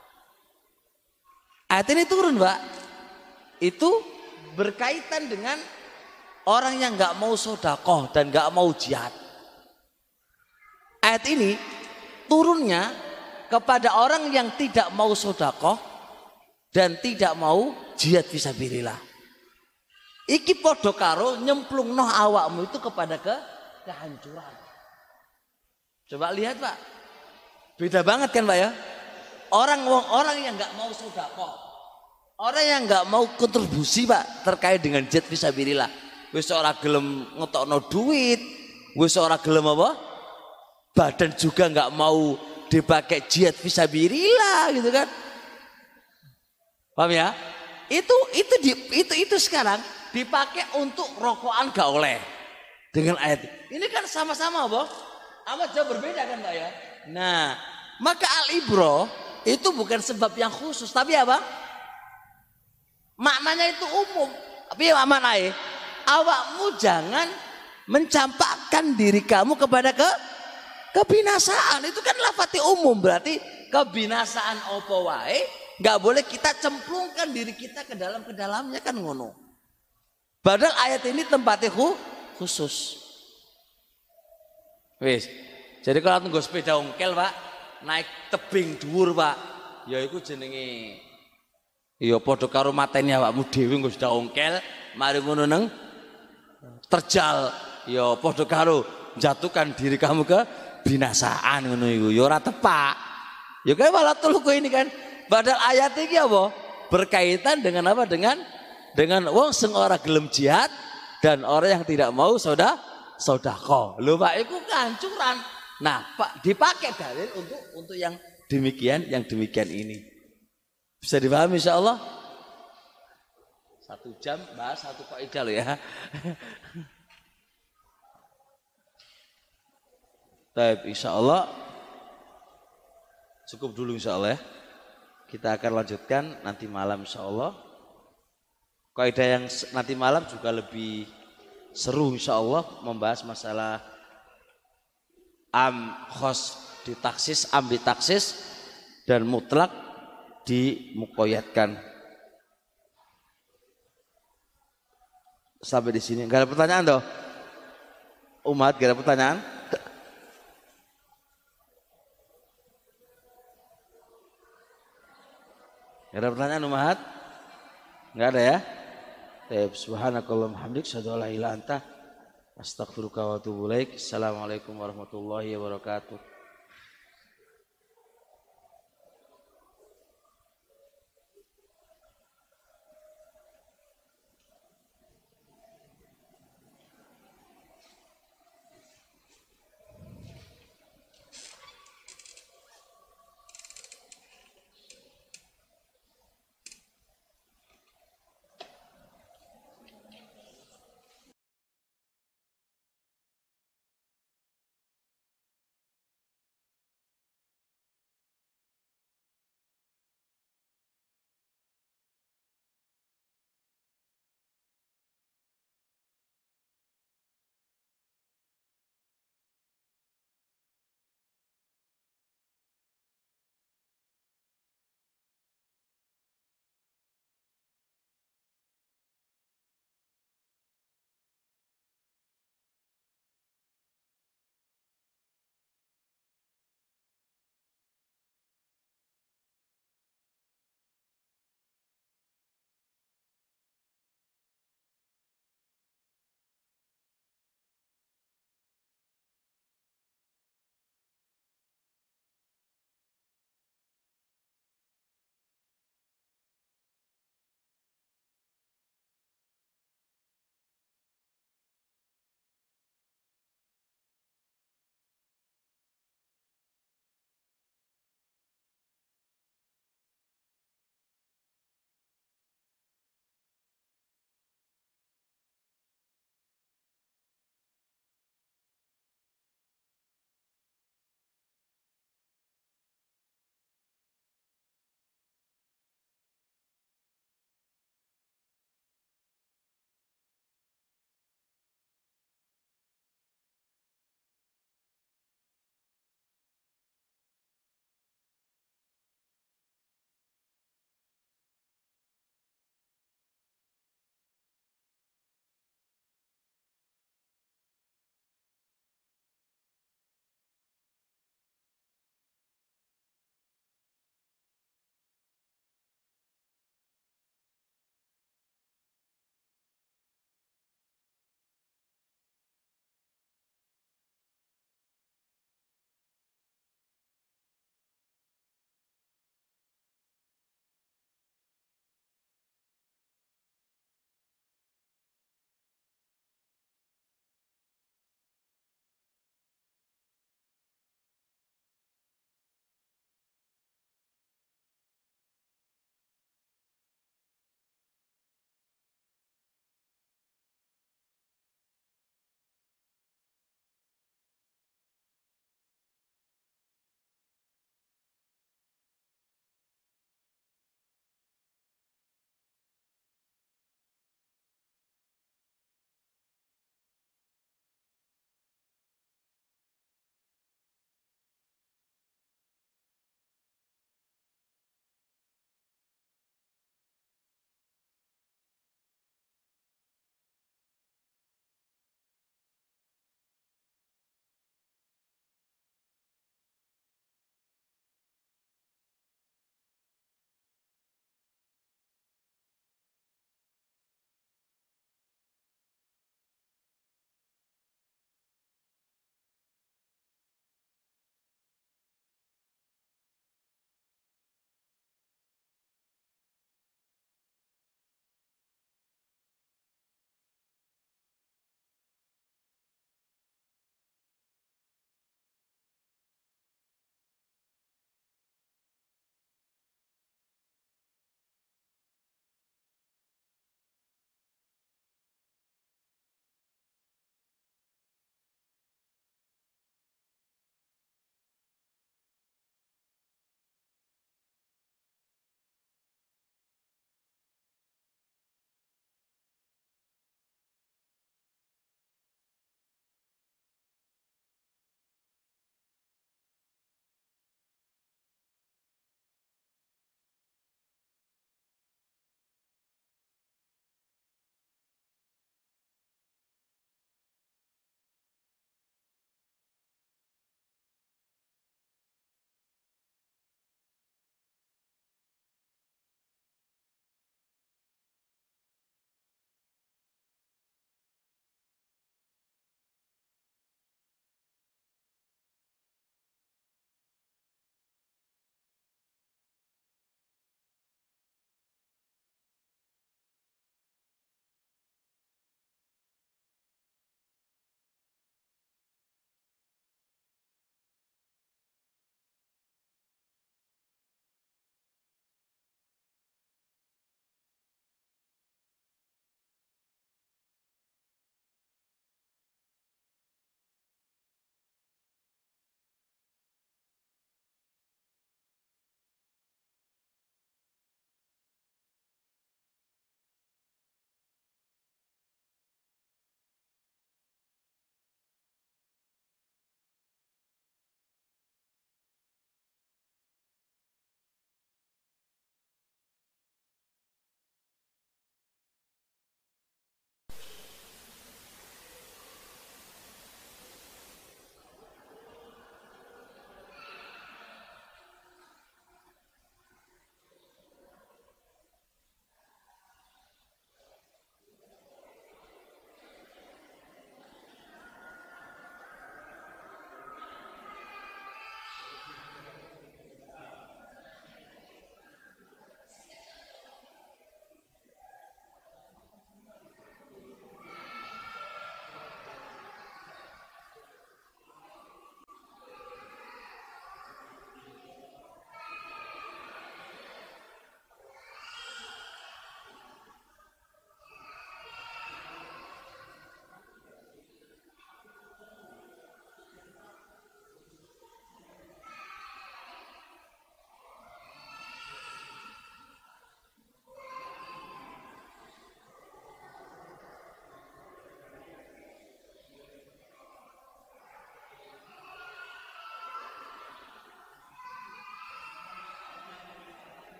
Ayat ini turun, Pak. Itu berkaitan dengan orang yang nggak mau sodakoh dan nggak mau jihad. Ayat ini turunnya kepada orang yang tidak mau sodakoh dan tidak mau jihad fisabilillah. Iki podo karo nyemplung noh awakmu itu kepada ke kehancuran. Coba lihat Pak, beda banget kan Pak ya? Orang orang yang nggak mau sodakoh, orang yang nggak mau kontribusi Pak terkait dengan jihad fisabilillah. Wis ora gelem ngetokno duit, wis ora gelem apa? Badan juga nggak mau dipakai jihad fisabilillah gitu kan. Paham ya? Itu itu di, itu itu sekarang dipakai untuk rokokan gak oleh. Dengan ayat ini kan sama-sama, Boh. Amat jauh berbeda kan, Pak ya? Nah, maka al-ibro itu bukan sebab yang khusus, tapi apa? Maknanya itu umum. Tapi apa maknanya? Awakmu jangan mencampakkan diri kamu kepada ke kebinasaan. Itu kan lafati umum, berarti kebinasaan opo wae nggak boleh kita cemplungkan diri kita ke dalam ke dalamnya, kan ngono. Padahal ayat ini tempatnya khusus. Wis. Jadi kalau tunggu sepeda ongkel, Pak, naik tebing dhuwur, Pak, ya iku jenenge ya padha karo mateni awakmu dhewe nggo sepeda ongkel, mari ngono neng terjal, ya padha karo jatuhkan diri kamu ke binasaan ngono iku. Ya ora tepak. Ya kayak walatul ini kan. Padahal ayat ini apa? Berkaitan dengan apa? Dengan dengan wong sing ora gelem jihad dan orang yang tidak mau saudara sodako. Lho Pak, itu kancuran. Nah, Pak, dipakai dalil untuk untuk yang demikian, yang demikian ini. Bisa dipahami insya Allah? Satu jam bahas satu kaidah loh ya. Baik, insya Allah cukup dulu insya Allah ya. Kita akan lanjutkan nanti malam insya Allah. Kaidah yang nanti malam juga lebih seru insya Allah, membahas masalah am khos ditaksis, am ditaksis, dan mutlak dimukoyatkan. Sampai di sini. Gak ada pertanyaan toh? Umat gak ada pertanyaan? Gak ada pertanyaan umat? Gak ada ya? Subhanakallahumma hamdik, asyhadu an la ilaha illa anta, astaghfiruka wa atubu ilaik. Assalamualaikum warahmatullahi wabarakatuh.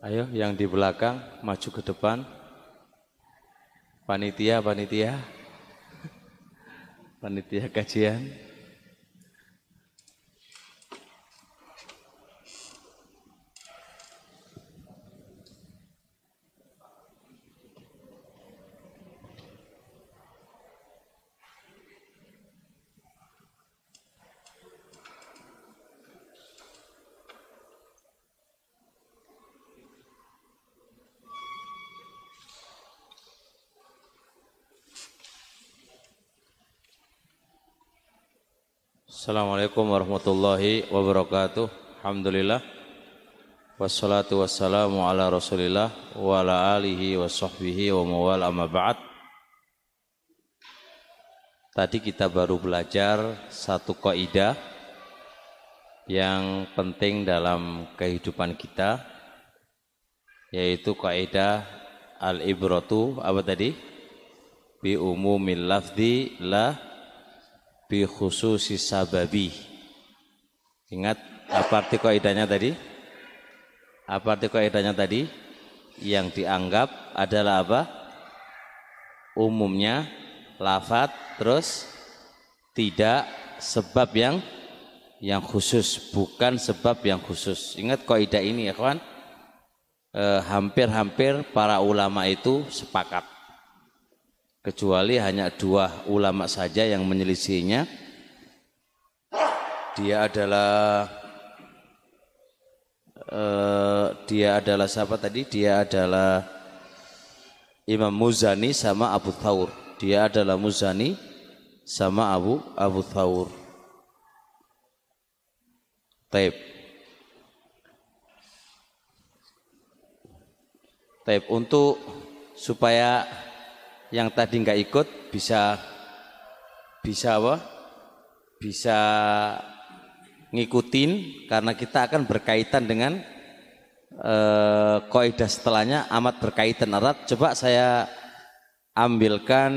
Ayo yang di belakang maju ke depan. Panitia, panitia. Panitia kajian. Assalamualaikum warahmatullahi wabarakatuh. Alhamdulillah. Wassalatu wassalamu ala rasulillah wa ala alihi wa sahbihi wa mawal amma ba'd. Tadi kita baru belajar satu kaidah yang penting dalam kehidupan kita, yaitu kaidah al-ibratu apa tadi? Bi umumil lafzi la bi khususi sababi. Ingat apa arti kaidahnya tadi? Apa arti kaidahnya tadi? Yang dianggap adalah apa? Umumnya lafaz, terus tidak sebab yang yang khusus, bukan sebab yang khusus. Ingat kaidah ini ya kawan. Eh, hampir-hampir para ulama itu sepakat. Kecuali hanya dua ulama saja yang menyelisihinya. Dia adalah uh, dia adalah siapa tadi? Dia adalah Imam Muzani sama Abu Thawr. Dia adalah Muzani sama Abu Abu Thawr. Taib. Taib untuk supaya yang tadi nggak ikut bisa bisa apa? Bisa ngikutin, karena kita akan berkaitan dengan eh, kaidah setelahnya amat berkaitan erat. Coba saya ambilkan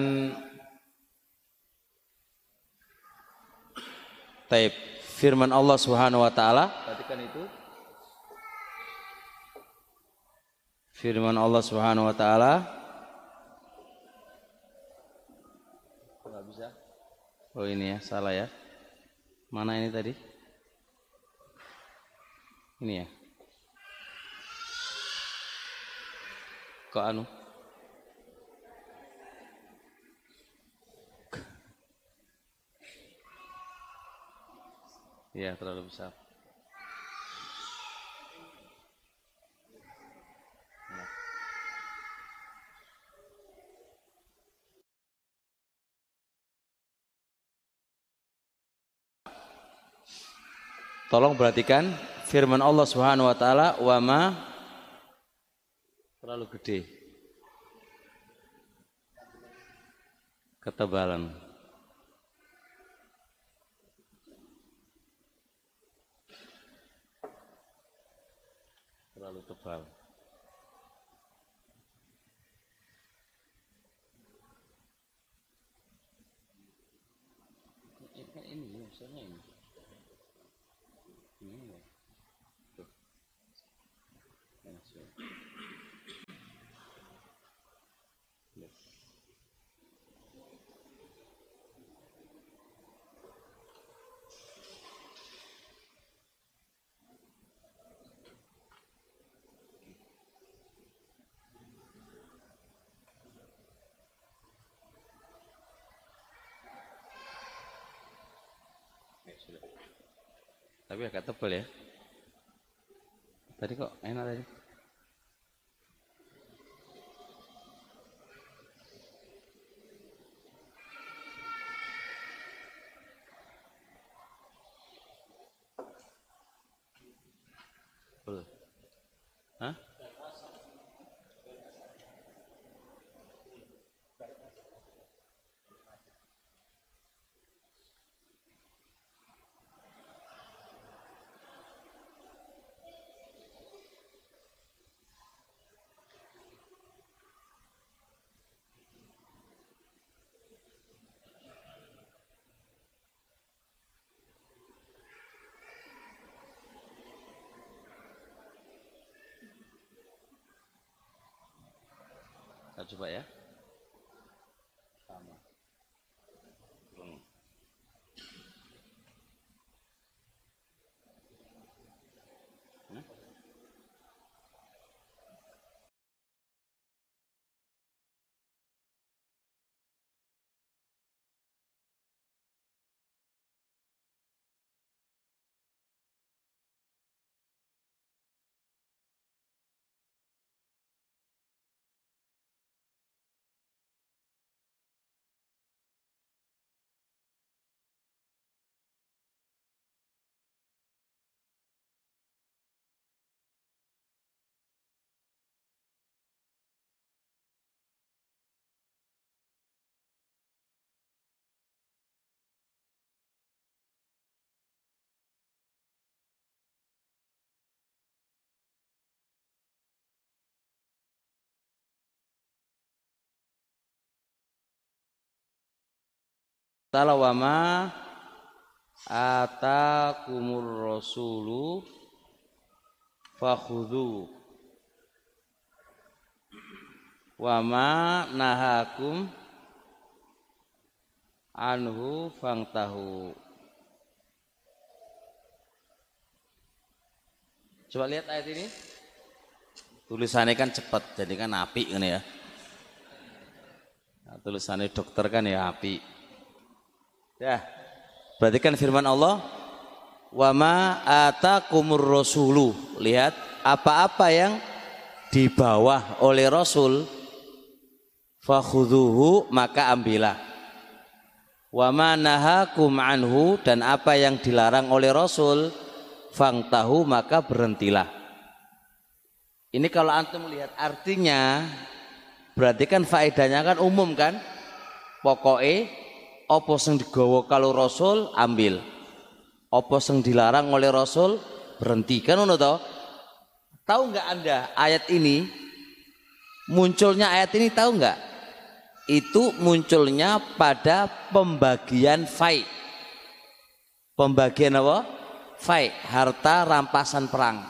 taib firman Allah Subhanahu wa taala. Perhatikan itu. Firman Allah Subhanahu wa taala. Oh ini ya, salah ya. Mana ini tadi? Ini ya. Kok anu? Iya, terlalu besar. Tolong perhatikan firman Allah Subhanahu wa taala, wa ma terlalu gede. Ketebalan. Terlalu tebal. Ini maksudnya ini. Ini ya. Tuh. Langsung. Yes. Tapi agak tebal ya. Tadi kok enak tadi. Betul. Hah? Kita coba ya. Sama. Hmm. Hmm? Ta'ala wa ma atakumur rasulu fakhudhu wa ma nahakum anhu fangtahu. Coba lihat ayat ini. Tulisannya kan cepat, jadi kan apik ini ya. Nah, tulisannya dokter kan ya apik. Ya, berarti kan firman Allah, wa ma atakumur rasulu. Lihat, apa-apa yang dibawa oleh Rasul, fakhudhuhu, maka ambillah. Wa ma nahakum anhu, dan apa yang dilarang oleh Rasul, fangtahu, maka berhentilah. Ini kalau antum lihat artinya, berarti kan faedahnya kan umum kan? Pokoknya apa sing digawa kalau Rasul ambil, apa sing dilarang oleh Rasul berhenti, kan ngono to? Tahu nggak Anda ayat ini munculnya ayat ini, tahu nggak? Itu munculnya pada pembagian fai. Pembagian apa? Fai, harta rampasan perang.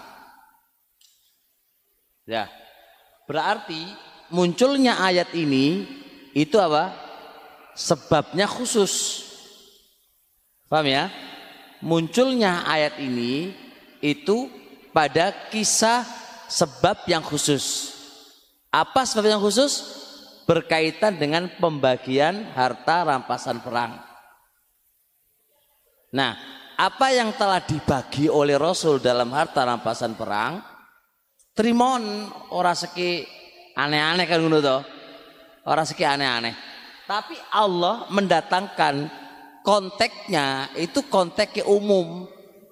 Ya. Berarti munculnya ayat ini itu apa? Sebabnya khusus. Paham ya? Munculnya ayat ini itu pada kisah sebab yang khusus. Apa sebab yang khusus? Berkaitan dengan pembagian harta rampasan perang. Nah, apa yang telah dibagi oleh Rasul dalam harta rampasan perang, trimon ora seki aneh-aneh kan ngono to. Ora seki aneh-aneh. Tapi Allah mendatangkan konteksnya itu konteksnya umum.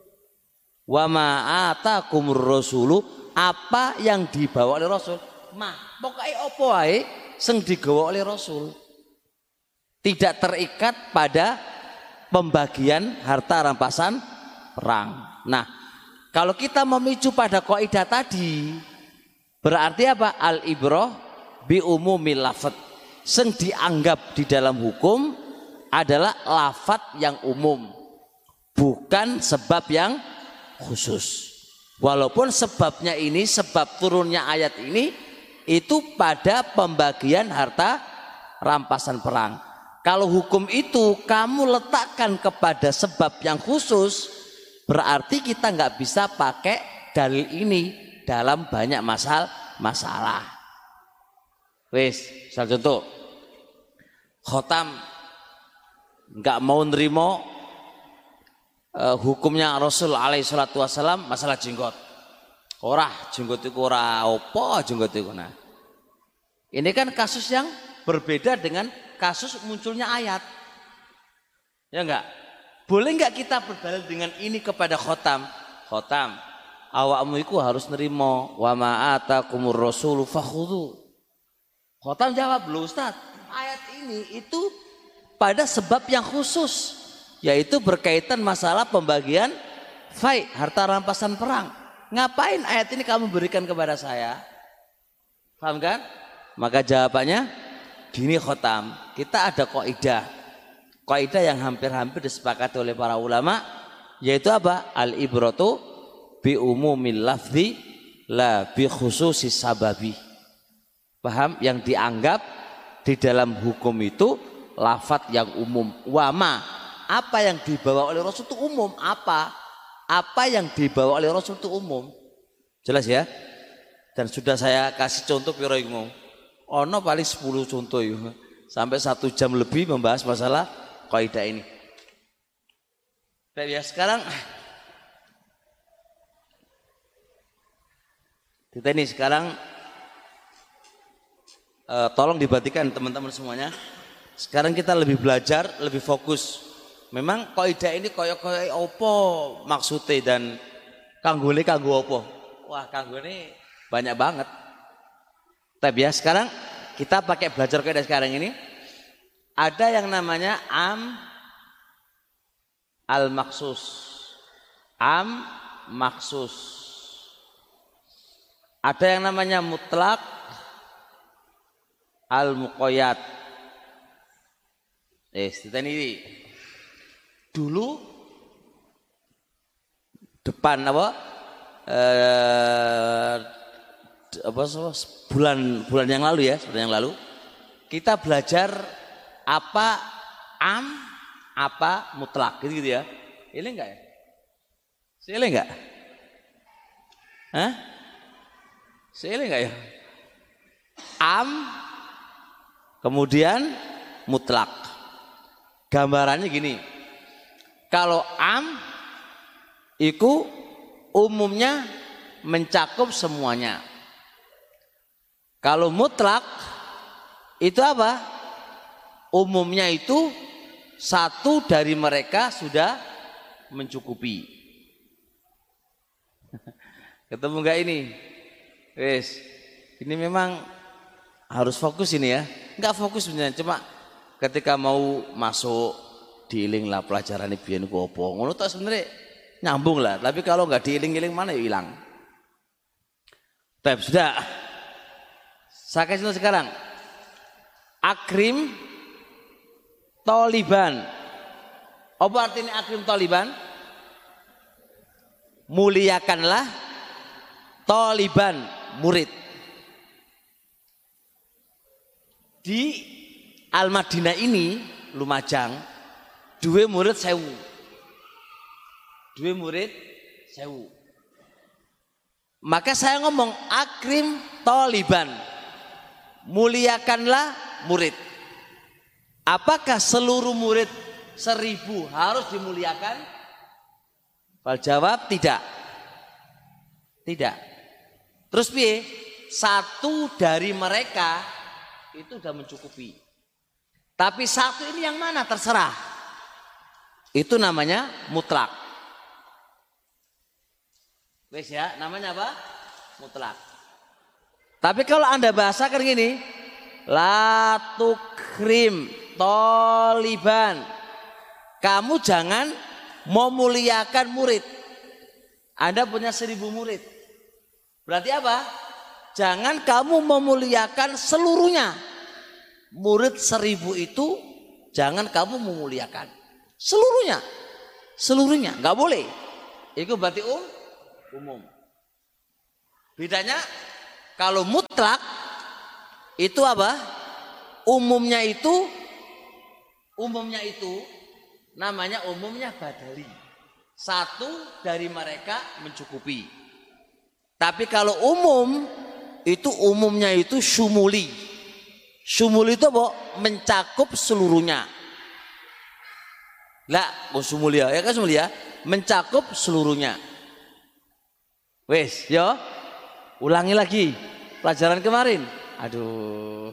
Wa ma atakumur rasulu, apa yang dibawa oleh Rasul. Mah, pokoknya apa wae sing digawa oleh Rasul. Tidak terikat pada pembagian harta rampasan perang. Nah, kalau kita memicu pada kaidah tadi, berarti apa? Al-ibrah bi umumil lafadz. Sing dianggap di dalam hukum adalah lafadz yang umum, bukan sebab yang khusus. Walaupun sebabnya ini, sebab turunnya ayat ini itu pada pembagian harta rampasan perang. Kalau hukum itu kamu letakkan kepada sebab yang khusus, berarti kita nggak bisa pakai dalil ini dalam banyak masalah. masalah. Wis, misal contoh, khotam nggak mau nerima uh, hukumnya Rasul alaihi salatu wassalam masalah jenggot. Ora, jenggot itu ora apa jenggot itu. Nah, ini kan kasus yang berbeda dengan kasus munculnya ayat. Ya enggak? Boleh enggak kita berdalil dengan ini kepada khotam? Khotam, awakmu iku harus nerima wa ma atakumur rasulu fakhudhu. Khotam jawab, "Loh Ustaz, ayat ini itu pada sebab yang khusus, yaitu berkaitan masalah pembagian fai, harta rampasan perang. Ngapain ayat ini kamu berikan kepada saya?" Paham kan? Maka jawabannya gini khotam, kita ada kaidah. Kaidah yang hampir-hampir disepakati oleh para ulama, yaitu apa? Al-ibratu bi umumil lafzi la bi khususis sababi. Paham? Yang dianggap di dalam hukum itu lafadz yang umum. Wama, apa yang dibawa oleh Rasul itu umum. Apa? Apa yang dibawa oleh Rasul itu umum. Jelas ya? Dan sudah saya kasih contoh piro iku. Ono paling sepuluh contoh yuk. Sampai satu jam lebih membahas masalah kaidah ini. Baik ya, sekarang kita ini sekarang uh, tolong diperhatikan teman-teman semuanya. Sekarang kita lebih belajar, lebih fokus. Memang kaidah ini koyo-koyo opo maksudnya dan kanggone kanggo opo? Wah, kanggone banyak banget. Tapi ya sekarang kita pakai belajar kaidah sekarang ini. Ada yang namanya am al maksus. Am maksus. Ada yang namanya mutlak al-muqayyad. Eh, kita ini dulu depan apa? Eh, apa bulan bulan yang lalu ya, bulan yang lalu kita belajar apa am, apa mutlak gitu, gitu ya. Ini enggak ya? Ini enggak? Hah? Ini enggak ya? Am kemudian mutlak. Gambarannya gini. Kalau am itu umumnya mencakup semuanya. Kalau mutlak itu apa? Umumnya itu satu dari mereka sudah mencukupi. Ketemu enggak ini? Wes, ini memang harus fokus ini ya. Enggak fokus sebenarnya, cuma ketika mau masuk diiling lah pelajaran ini biyen ku opo. Ngono tok sebenarnya nyambung lah, tapi kalau enggak diiling-iling mana ya hilang. Baik, sudah. Saya kasih tahu sekarang. Akrim Toliban. Apa artinya akrim Toliban? Muliakanlah Toliban, murid. Di Al-Madinah ini, Lumajang, dua murid sewu. Dua murid sewu. Maka saya ngomong akrim Toliban. Muliakanlah murid. Apakah seluruh murid seribu harus dimuliakan? Fal jawab tidak. Tidak. Terus piye? Satu dari mereka itu sudah mencukupi. Tapi satu ini yang mana? Terserah. Itu namanya mutlak. Wes ya, namanya apa? Mutlak. Tapi kalau Anda bahasakan gini, la tukrim Toliban. Kamu jangan memuliakan murid. Anda punya seribu murid. Berarti apa? Jangan kamu memuliakan seluruhnya. Murid seribu itu jangan kamu memuliakan seluruhnya. Seluruhnya, nggak boleh. Itu berarti um, umum. Bedanya kalau mutlak itu apa? Umumnya itu umumnya itu namanya umumnya badali. Satu dari mereka mencukupi. Tapi kalau umum itu umumnya itu syumuli. Syumuli itu apa? Mencakup seluruhnya. Lah, oh syumuli ya, ya kan syumuli ya? Mencakup seluruhnya. Wes, yo. Ulangi lagi pelajaran kemarin. Aduh.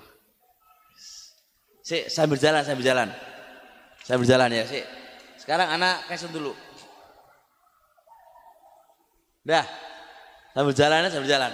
Sik, saya berjalan, saya berjalan. Saya berjalan ya, sik. Sekarang anak kasih dulu. Dah. Saya berjalan, saya berjalan.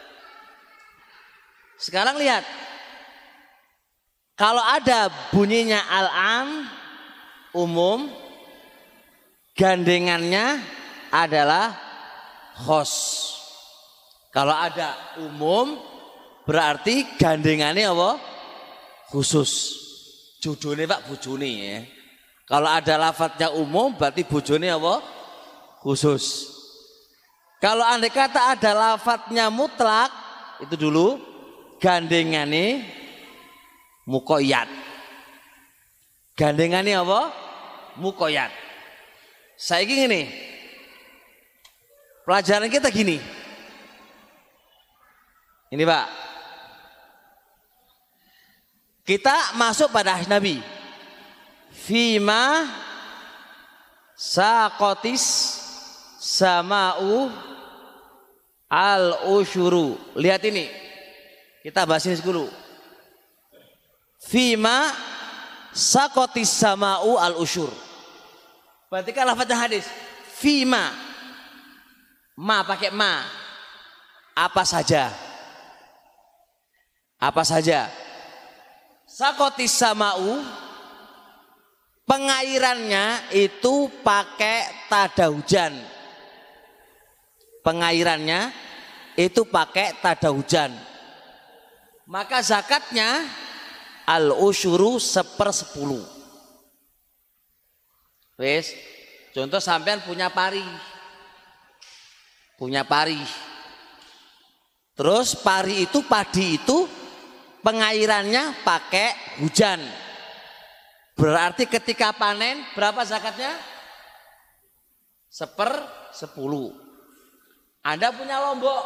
Sekarang lihat. Kalau ada bunyinya al-am umum, gandengannya adalah khos. Kalau ada umum berarti gandengannya apa? Khusus. Judulnya Pak bojone ya. Kalau ada lafadznya umum berarti bojone apa? Khusus. Kalau andai kata ada lafadznya mutlak, itu dulu gandengane mukoyat. Gandengane apa? Mukoyat. Saiki ngene. Pelajaran kita gini. Ini Pak. Kita masuk pada hadis Nabi. Fima saqatis sama'u al-usyuru. Lihat ini. Kita bahas ini dulu. Fima saqatis sama'u al-usyur. Berarti kan lafaznya hadis. Fima. Ma pakai ma. Apa saja. Apa saja. Saqatis sama'u, pengairannya itu pakai tada hujan. Pengairannya itu pakai tada hujan. Maka zakatnya al-usyuru sepersepuluh. Wes, contoh sampean punya pari. Punya pari. Terus pari itu, padi itu pengairannya pakai hujan. Berarti ketika panen berapa zakatnya? Seper sepuluh. Anda punya lombok.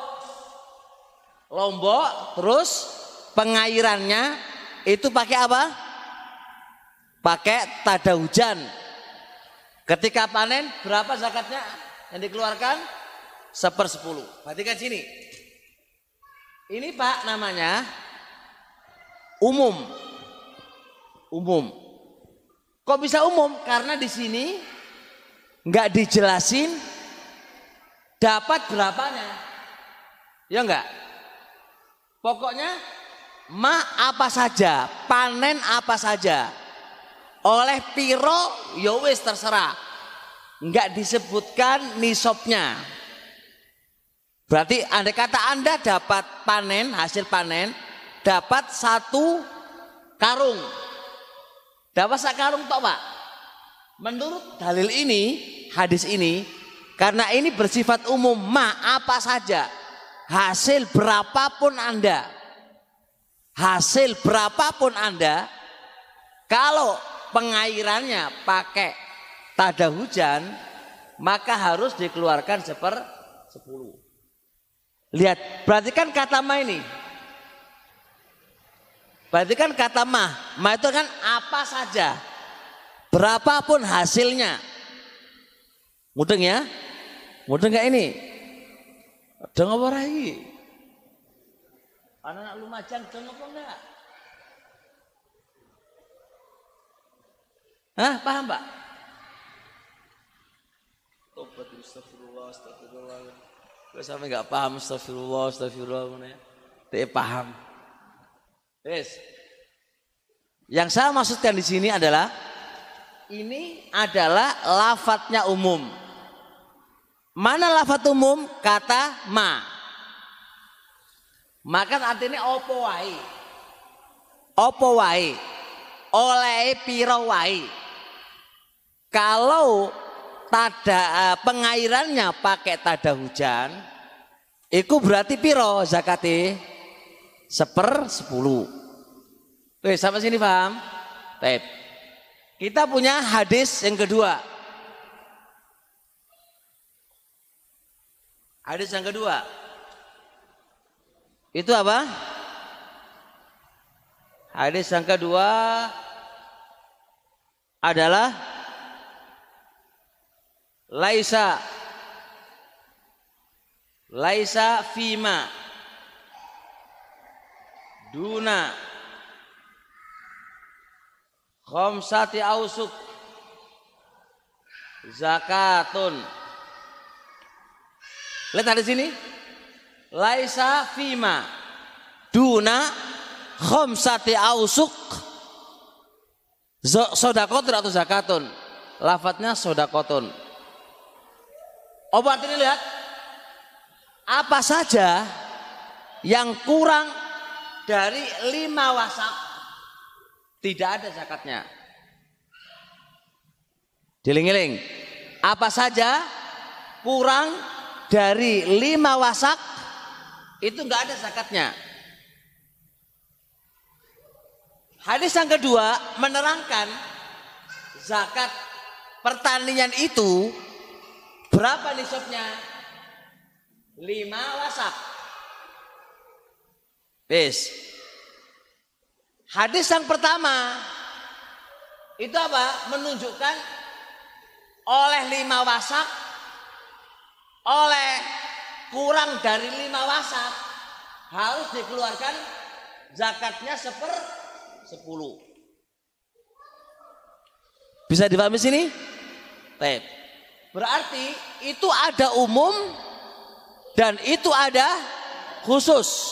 Lombok terus pengairannya itu pakai apa? Pakai tada hujan. Ketika panen berapa zakatnya yang dikeluarkan? Seper sepuluh. Perhatikan sini. Ini Pak namanya umum. Umum. Kok bisa umum? Karena di sini nggak dijelasin dapat berapanya. Ya enggak? Pokoknya ma apa saja, panen apa saja. Oleh piro ya wis terserah. Enggak disebutkan nisabnya. Berarti andai kata Anda dapat panen, hasil panen, dapat satu karung. Dapat satu karung toh Pak. Menurut dalil ini, hadis ini, karena ini bersifat umum, ma apa saja. Hasil berapapun Anda. Hasil berapapun Anda, kalau pengairannya pakai tada hujan, maka harus dikeluarkan seper sepuluh. Lihat, berarti kan kata ma ini. Berarti kan kata ma, ma itu kan apa saja. Berapapun hasilnya. Mudeng ya? Mudeng gak ini? Deng apa lagi? Anak-anak Lumajang deng apa enggak? Hah, paham Pak? Tobat astagfirullah, astagfirullah. Kalau sampai nggak paham, astagfirullah, astagfirullah, tidak paham. Yes. Yang saya maksudkan di sini adalah ini adalah lafadznya umum. Mana lafadz umum? Kata ma. Maka artinya opo wae. Opo wae. Oleh piro wae. Kalau tada pengairannya pakai tada hujan, itu berarti piro zakate? Seper sepuluh. Oke, sampai sini paham? Baik. Kita punya hadis yang kedua. Hadis yang kedua. Itu apa? Hadis yang kedua adalah Laisa Laisa fima duna khamsati ausuk zakatun. Lihat di sini. Laisa fima duna khamsati ausuk sodakotun atau zakatun. Lafadznya sodakotun. Obat ini lihat, apa saja yang kurang dari lima wasak tidak ada zakatnya. Diling-iling, apa saja kurang dari lima wasak itu nggak ada zakatnya. Hadis yang kedua menerangkan zakat pertanian itu berapa nisabnya? Lima wasak. Bis. Hadis yang pertama itu apa? Menunjukkan oleh lima wasak, oleh kurang dari lima wasak harus dikeluarkan zakatnya seper sepuluh. Bisa dipahami sini? Baik. Berarti itu ada umum dan itu ada khusus.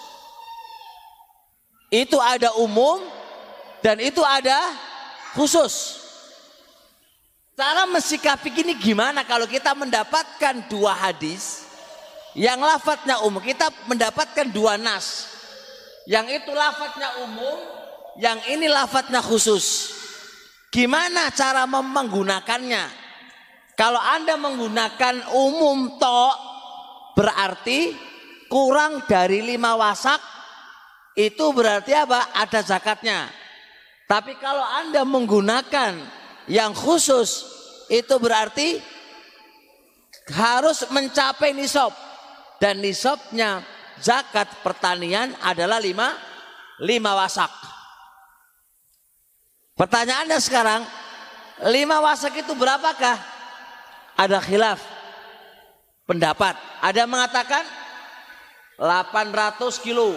Itu ada umum dan itu ada khusus. Cara mensikapi gini gimana kalau kita mendapatkan dua hadis yang lafadznya umum, kita mendapatkan dua nas. Yang itu lafadznya umum, yang ini lafadznya khusus. Gimana cara menggunakannya? Kalau Anda menggunakan umum tok, berarti kurang dari lima wasak, itu berarti apa? Ada zakatnya. Tapi kalau Anda menggunakan yang khusus, itu berarti harus mencapai nisab. Dan nisabnya zakat pertanian adalah lima, lima wasak. Pertanyaannya sekarang, lima wasak itu berapakah? Ada khilaf pendapat. Ada yang mengatakan delapan ratus kilo.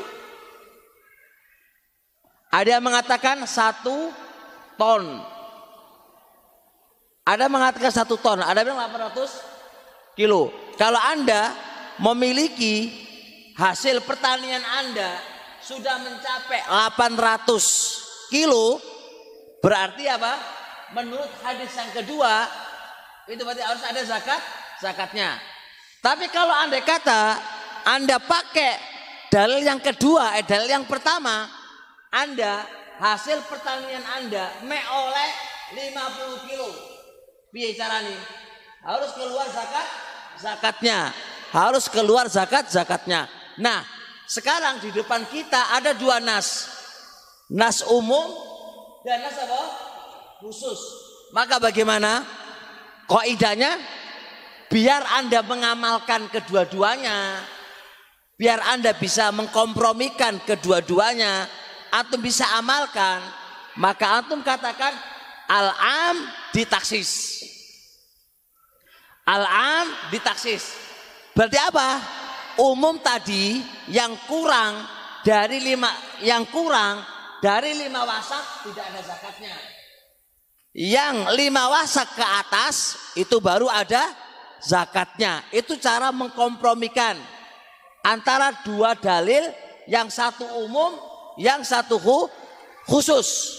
Ada yang mengatakan satu ton. Ada yang mengatakan satu ton. Ada yang delapan ratus kilo. Kalau Anda memiliki hasil pertanian Anda sudah mencapai delapan ratus kilo, berarti apa? Menurut hadis yang kedua, itu berarti harus ada zakat, zakatnya. Tapi kalau Anda kata Anda pakai dalil yang kedua, eh dalil yang pertama, Anda hasil pertanian Anda meoleh lima puluh kilo. Piye caranya? Harus keluar zakat, zakatnya. Harus keluar zakat, zakatnya. Nah, sekarang di depan kita ada dua nas. Nas umum dan nas apa? Khusus. Maka bagaimana? Kaidahnya biar Anda mengamalkan kedua-duanya, biar Anda bisa mengkompromikan kedua-duanya, antum bisa amalkan, maka antum katakan al-am ditaksis. Al-am ditaksis. Berarti apa? Umum tadi yang kurang dari lima, yang kurang dari lima wasak tidak ada zakatnya. Yang lima wasak ke atas itu baru ada zakatnya. Itu cara mengkompromikan antara dua dalil, yang satu umum, yang satu khusus.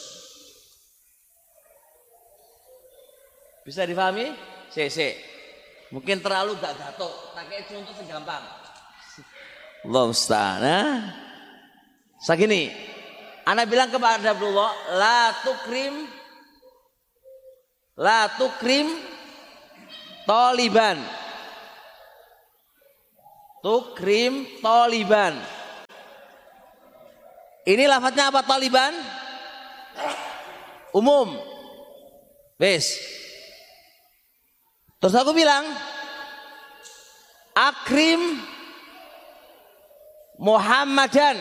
Bisa difahami? Si, si. Mungkin terlalu gak gatok. Pakai contoh segampang. Allah musta'an. Nah. Segini. Ana bilang kepada Abdullah, la tukrim, la tukrim toliban. Tukrim toliban. Ini lafadznya apa taliban? Umum. Wes. Terus aku bilang, akrim Muhammadan.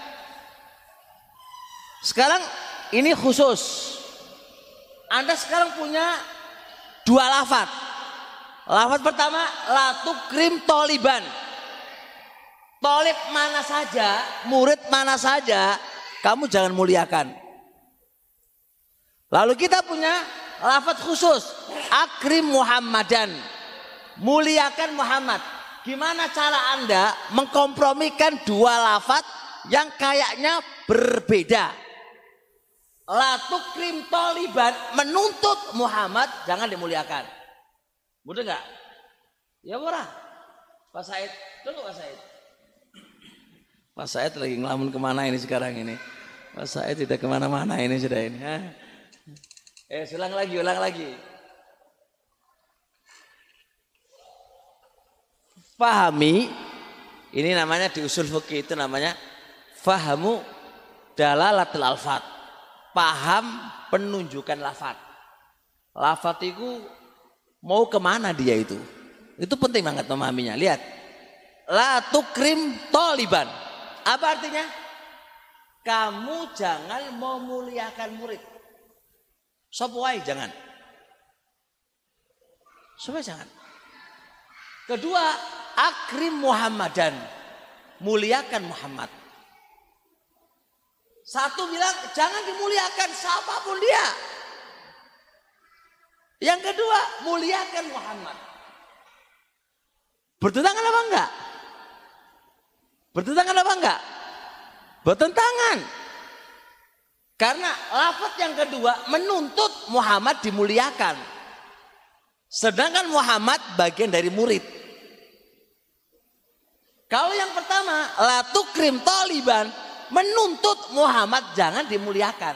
Sekarang ini khusus. Anda sekarang punya dua lafadz. Lafadz pertama, la tukrim toliban. Tolib mana saja, murid mana saja, kamu jangan muliakan. Lalu kita punya lafadz khusus, akrim Muhammadan, muliakan Muhammad. Gimana cara Anda mengkompromikan dua lafadz yang kayaknya berbeda? La tukrim toliban, menuntut Muhammad jangan dimuliakan. Mudah nggak? Ya murah. Pak Said, tunggu Pak Said. Pak Said lagi ngelamun kemana ini sekarang ini? Pak Said tidak kemana-mana ini sudah ini. Hah? Eh, ulang lagi, ulang lagi. Pahami, ini namanya di usul fikih itu namanya fahamu dalalatul alfat. paham penunjukan lafaz. Lafaz itu mau kemana dia itu? Itu penting banget memahaminya. Lihat, la tukrim toliban. Apa artinya? Kamu jangan memuliakan murid. Sopwai jangan. Sopwai jangan. Kedua, akrim Muhammadan. Muliakan Muhammad. Satu bilang jangan dimuliakan siapapun dia. Yang kedua, muliakan Muhammad. Bertentangan apa enggak? Bertentangan apa enggak? Bertentangan. Karena lafaz yang kedua menuntut Muhammad dimuliakan. Sedangkan Muhammad bagian dari murid. Kalau yang pertama, la tukrim taliban, menuntut Muhammad jangan dimuliakan.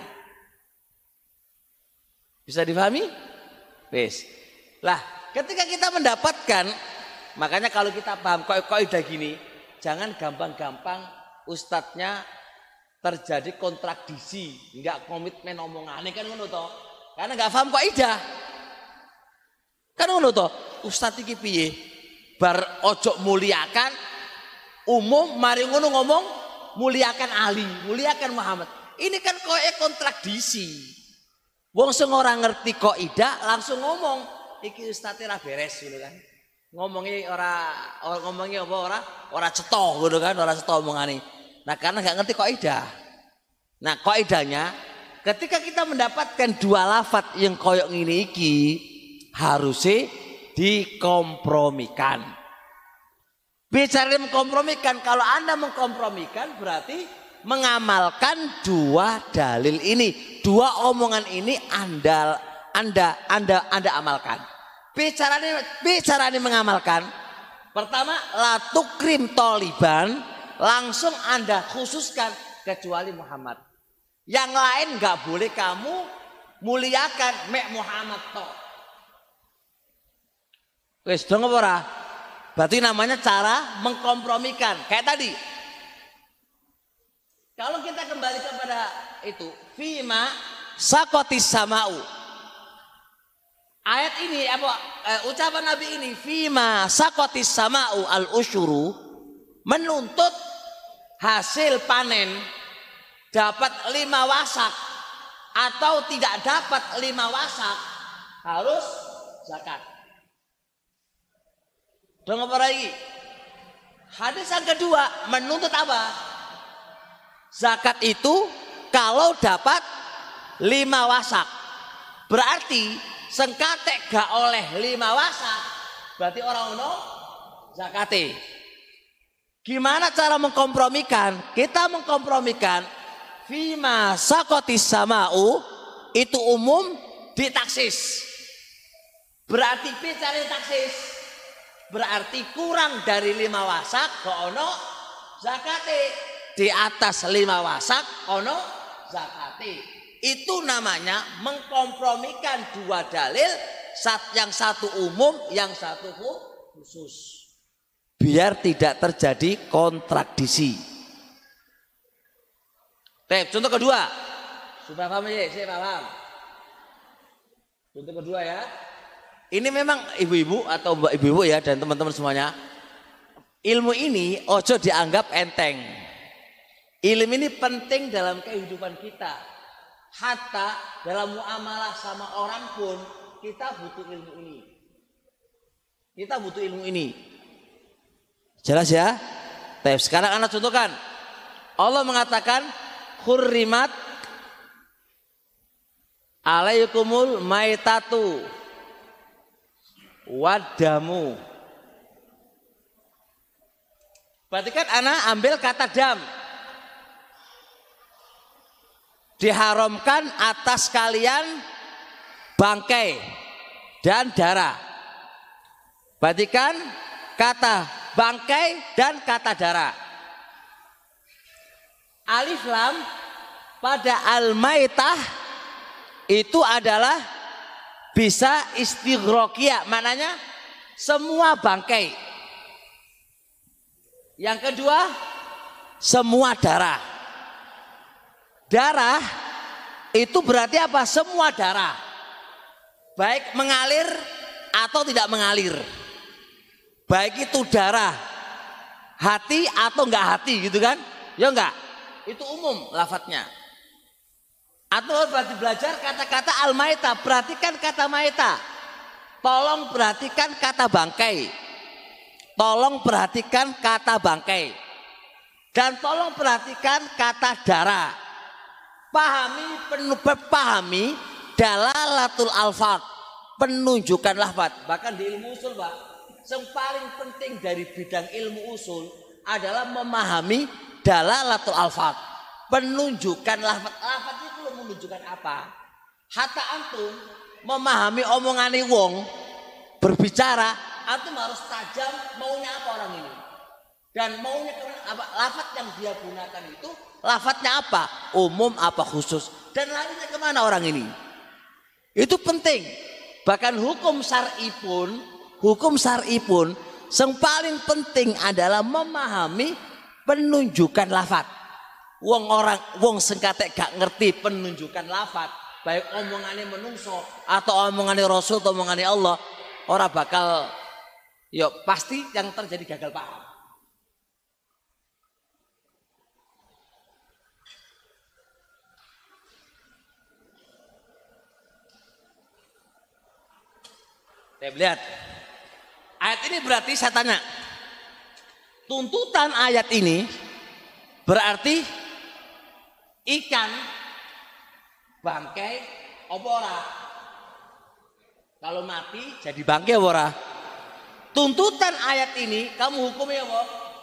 Bisa difahami? Wes. Lah, ketika kita mendapatkan, makanya kalau kita paham kaidah gini, jangan gampang-gampang ustadznya terjadi kontradiksi, enggak komitmen omongannya kan ngono toh. Karena enggak paham kaidah. Kan ngono toh, ustadz iki piye? Bar ojo muliakan umum, mari ngono ngomong muliakan Ali, muliakan Muhammad. Ini kan koe kontradiksi. Wong sing ora ngerti kaidah langsung ngomong iki ustadz ra beres gitu kan. Ngomongnya ora ngomongnya apa ora ora cetha gitu kan, ora cetha omongane. Nah, karena enggak ngerti kaidah. Nah, kaidahnya ketika kita mendapatkan dua lafaz yang koyok ngene iki harusnya dikompromikan. Bicara mengkompromikan, kalau Anda mengkompromikan berarti mengamalkan dua dalil ini, dua omongan ini Anda Anda Anda Anda amalkan. Bicara ini bicara ini mengamalkan. Pertama, la tukrim toliban, langsung Anda khususkan kecuali Muhammad. Yang lain nggak boleh kamu muliakan mek Muhammad toh. Wes dong apa ora? Berarti namanya cara mengkompromikan. Kayak tadi. Kalau kita kembali kepada itu, fima sakotis samau. Ayat ini apa eh, ucapan Nabi ini fima sakotis samau al usyuru menuntut hasil panen dapat lima wasak atau tidak dapat lima wasak harus zakat. Dong apa lagi? Hadis yang kedua menuntut apa? Zakat itu kalau dapat lima wasak. Berarti sengkate gak oleh lima wasak. Berarti orang ono zakate. Gimana cara mengkompromikan? Kita mengkompromikan fima sakotis samau itu umum ditaksis. Berarti bicara taksis. Berarti kurang dari lima wasak kok ono zakate. Di atas lima wasak ono zakate. Itu namanya mengkompromikan dua dalil, yang satu umum, yang satu khusus. Biar tidak terjadi kontradiksi. Tep, contoh kedua. Sudah paham ya? Saya paham. Contoh kedua ya. Ini memang ibu-ibu atau mbak ibu-ibu ya dan teman-teman semuanya. Ilmu ini ojo dianggap enteng. Ilmu ini penting dalam kehidupan kita. Hatta dalam muamalah sama orang pun kita butuh ilmu ini. Kita butuh ilmu ini. Jelas ya? Tapi sekarang anak contohkan. Allah mengatakan hurrimat alaikumul maitatu wadamu. Berarti kan anak ambil kata dam. Diharamkan atas kalian bangkai dan darah. Berarti kan kata bangkai dan kata darah. Alif lam pada al-maitah itu adalah bisa istighraqiyah, maknanya semua bangkai. Yang kedua semua darah. Darah itu berarti apa? Semua darah. Baik mengalir atau tidak mengalir. Baik itu darah hati atau enggak hati gitu kan? Ya enggak? Itu umum lafadznya. Atau berarti belajar kata-kata al-maita, perhatikan kata maita. Tolong perhatikan kata bangkai. Tolong perhatikan kata bangkai. Dan tolong perhatikan kata darah. Pahami, penuh pahami dalalatul alfat, penunjukan lafaz. Bahkan di ilmu usul, Pak, yang paling penting dari bidang ilmu usul adalah memahami dalalatul alfat, penunjukan lafaz. Lafaz itu menunjukkan apa? Hatta antum memahami omongane wong berbicara, antum harus tajam maunya apa orang ini. Dan maunya apa? Lafaz yang dia gunakan itu lafadznya apa? Umum apa khusus? Dan larinya kemana orang ini? Itu penting. Bahkan hukum syar'i pun, hukum syar'i pun, yang paling penting adalah memahami penunjukan lafadz. Wong orang, wong sengkate gak ngerti penunjukan lafadz, baik omongannya menungso atau omongannya Rasul atau omongannya Allah, orang bakal, ya pasti yang terjadi gagal paham. Saya lihat ayat ini berarti saya tanya, tuntutan ayat ini berarti ikan bangkai apa ora? Kalau mati jadi bangkai apa ora? Tuntutan ayat ini kamu hukumnya apa?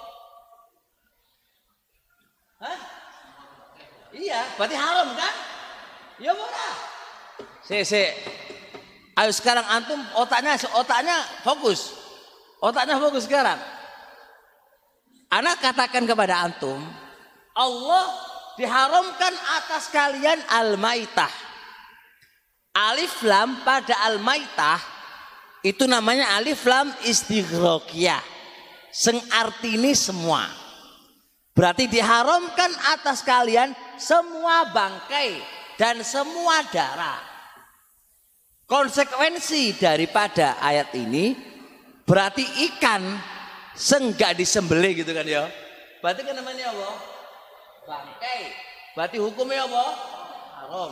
Hah? Iya, berarti haram kan? Ya ora? Si si ayo sekarang antum otaknya otaknya fokus. Otaknya fokus sekarang. Anak katakan kepada antum, Allah diharamkan atas kalian al-maitah. Alif lam pada al-maitah itu namanya alif lam istighraqiyah. Sing artine semua. Berarti diharamkan atas kalian semua bangkai dan semua darah. Konsekuensi daripada ayat ini berarti ikan senggak disembelih gitu kan ya. Berarti kan namanya apa? Bangkai. Berarti hukumnya apa? Haram.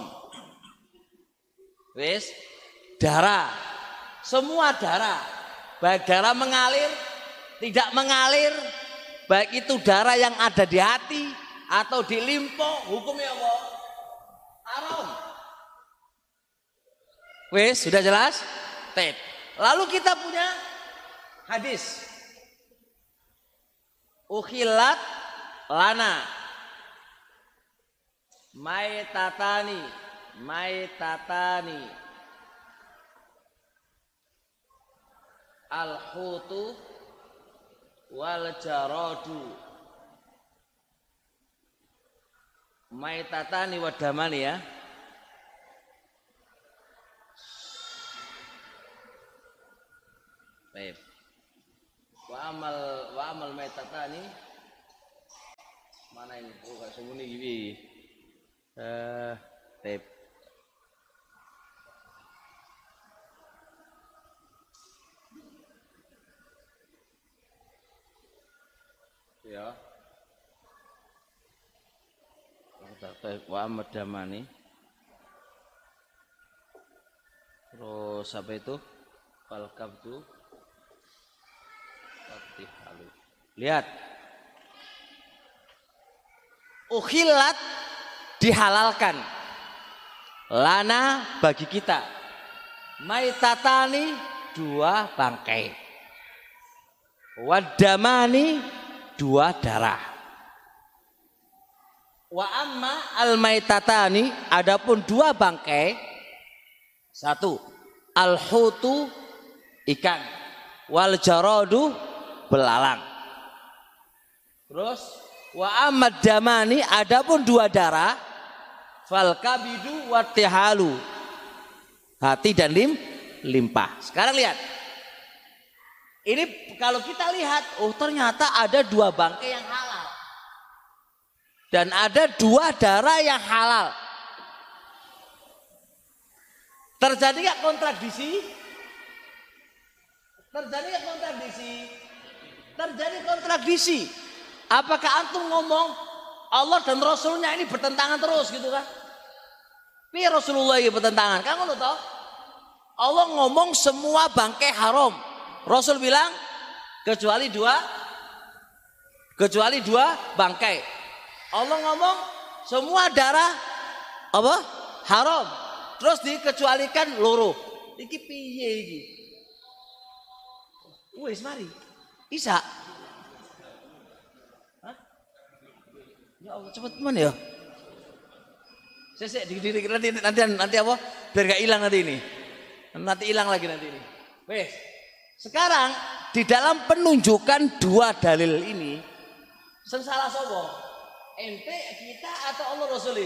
Wis, darah. Semua darah. Baik darah mengalir, tidak mengalir, baik itu darah yang ada di hati atau di limpo, hukumnya apa? Haram. Wes, sudah jelas? Tep. Lalu kita punya hadis. Ukhilat lana maitatani maitatani al-hutu wal jaradu. Maitatani wadamani ya. Baik. Wa amal wa amal maitatani mana ini? Oh, gak sembunyi gini. Eh, baik. Ya. Wa amal damani. Terus apa itu? Fal kabdu. Lihat, ukhilat dihalalkan, lana bagi kita, maitatani dua bangkai, wadamani dua darah. Wa amma al maitatani adapun dua bangkai, satu al hutu ikan, wal jaradu belalang. Terus wa amad damani adapun dua darah, fal kabidu wa tihalu, hati dan lim limpah. Sekarang lihat. Ini kalau kita lihat, oh ternyata ada dua bangkai yang halal. Dan ada dua darah yang halal. Terjadi nggak kontradiksi? Terjadi nggak kontradiksi? Terjadi kontradiksi. Apakah antum ngomong Allah dan Rasulnya ini bertentangan terus gitu kan? Tapi Rasulullah ini bertentangan. Kan ngono toh? Allah ngomong semua bangkai haram. Rasul bilang kecuali dua, kecuali dua bangkai. Allah ngomong semua darah apa? Haram. Terus dikecualikan loro. Iki piye iki? Wes mari. Isa. Hah? Ya Allah cepet mana ya? Sesek di diri nanti nanti nanti apa? Biar gak hilang nanti ini. Nanti hilang lagi nanti ini. Wes. Sekarang di dalam penunjukan dua dalil ini, sing salah sapa? Ente, kita atau Allah Rasul?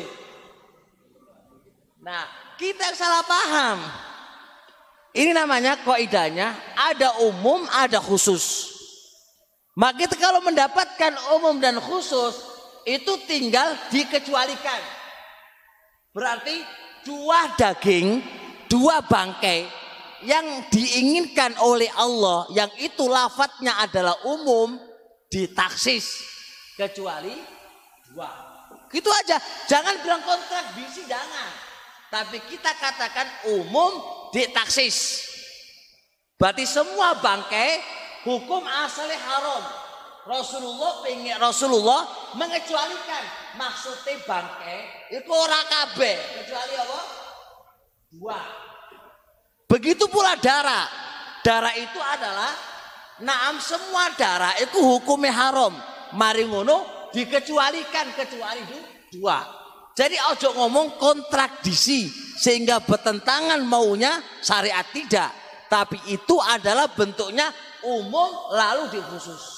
Nah, kita yang salah paham. Ini namanya kaidahnya ada umum, ada khusus. Maka kita kalau mendapatkan umum dan khusus itu tinggal dikecualikan. Berarti dua daging, dua bangkai yang diinginkan oleh Allah, yang itu lafadznya adalah umum, ditaksis kecuali dua. Gitu aja. Jangan bilang kontradiksi, jangan. Tapi kita katakan umum ditaksis. Berarti semua bangkai hukum asalnya haram. Rasulullah pengen Rasulullah mengecualikan maksudnya bangkai itu ora kabeh kecuali apa? Dua. Begitu pula darah. Darah itu adalah naam semua darah itu hukumnya haram. Mari ngono dikecualikan kecuali dua. Jadi ojo ngomong kontradiksi sehingga bertentangan maunya syariat, tidak. Tapi itu adalah bentuknya umum lalu dikhusus.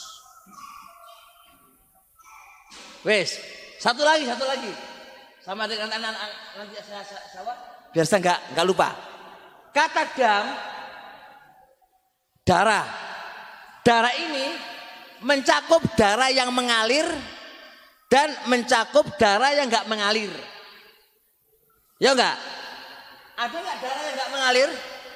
Wes, satu lagi, satu lagi. Sama dengan anak-anak nanti saya saya biar saya enggak enggak lupa. Kata dam darah. Darah ini mencakup darah yang mengalir dan mencakup darah yang enggak mengalir. Ya enggak? Ada enggak darah yang enggak mengalir?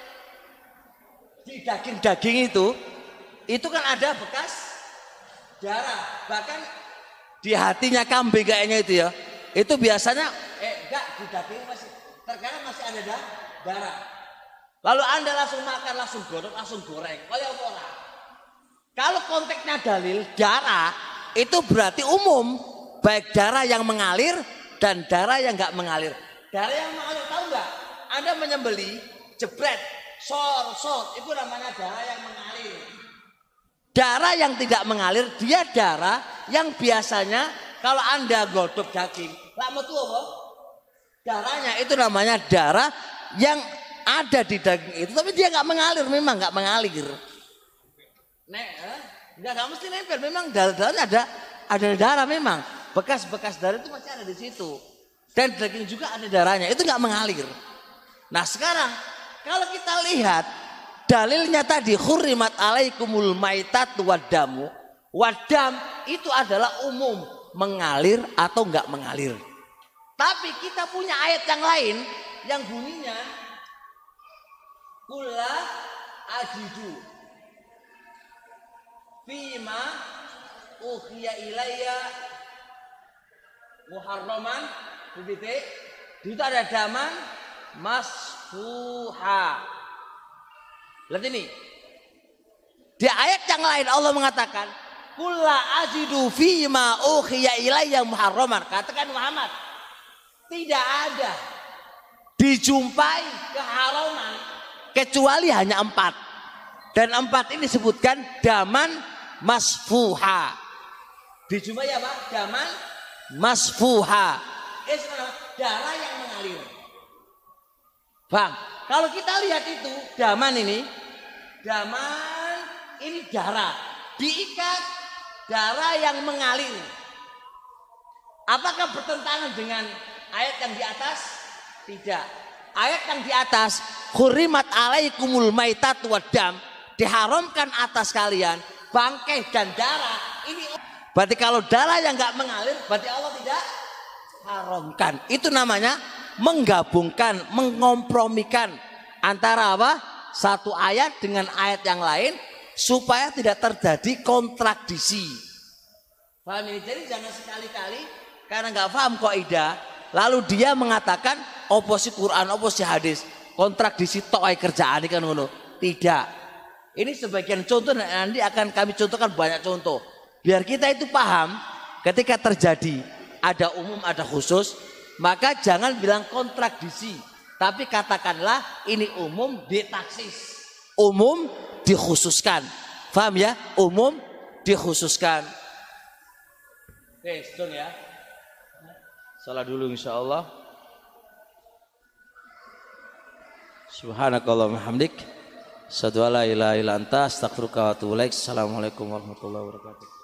Di daging-daging itu itu kan ada bekas darah, bahkan di hatinya kambing kayaknya itu ya. Itu biasanya eh enggak di daging masih terkadang masih ada darah. Lalu Anda langsung makan, langsung goreng, langsung goreng. Kayak apa? Kalau konteksnya dalil darah itu berarti umum, baik darah yang mengalir dan darah yang enggak mengalir. Darah yang mengalir tahu enggak? Anda menyembeli, jebret, sor, sor, itu namanya darah yang mengalir. Darah yang tidak mengalir, dia darah yang biasanya kalau Anda godok daging, lak metu apa? Darahnya itu namanya darah yang ada di daging itu, tapi dia nggak mengalir, memang nggak mengalir. Nek, eh? nggak nggak mesti nempel, memang darah-darahnya ada, ada darah memang, bekas-bekas darah itu masih ada di situ. Dan daging juga ada darahnya, itu nggak mengalir. Nah sekarang kalau kita lihat dalilnya tadi hurrimat alaikumul maitatu wadamu. Wadam itu adalah umum, mengalir atau enggak mengalir. Tapi kita punya ayat yang lain yang bunyinya kula ajidu fima uhiya ilayya muharraman begitu. Itu ada daman masfuha. Lihat ini. Di ayat yang lain Allah mengatakan, "Kulla ajidu fima uhiya ilayya muharraman." Katakan Muhammad, tidak ada dijumpai keharaman kecuali hanya empat. Dan empat ini disebutkan daman masfuha. Dijumpai apa? Daman masfuha. Eh, darah yang mengalir. Bang, kalau kita lihat itu daman ini, daman ini darah, diikat darah yang mengalir. Apakah bertentangan dengan ayat yang di atas? Tidak. Ayat yang di atas, hurrimat alaikumul maitatu waddam, diharamkan atas kalian bangkai dan darah. Ini berarti kalau darah yang enggak mengalir, berarti Allah tidak haramkan. Itu namanya menggabungkan, mengkompromikan antara apa? Satu ayat dengan ayat yang lain supaya tidak terjadi kontradiksi. Paham ini? Jadi jangan sekali-kali karena nggak paham kaidah, lalu dia mengatakan oposi Quran, oposi hadis, kontradiksi tok ae kerjaan kan ngono. Tidak. Ini sebagian contoh dan nanti akan kami contohkan banyak contoh. Biar kita itu paham ketika terjadi ada umum ada khusus, maka jangan bilang kontradiksi. Tapi katakanlah ini umum ditaksis. Umum dikhususkan. Paham ya? Umum dikhususkan. Oke, stone ya. Salah dulu insyaallah. Subhanakallahumma hamdik. Asyhadu an la ilaha illa anta astaghfiruka wa atubu ilaik. Assalamualaikum warahmatullahi wabarakatuh.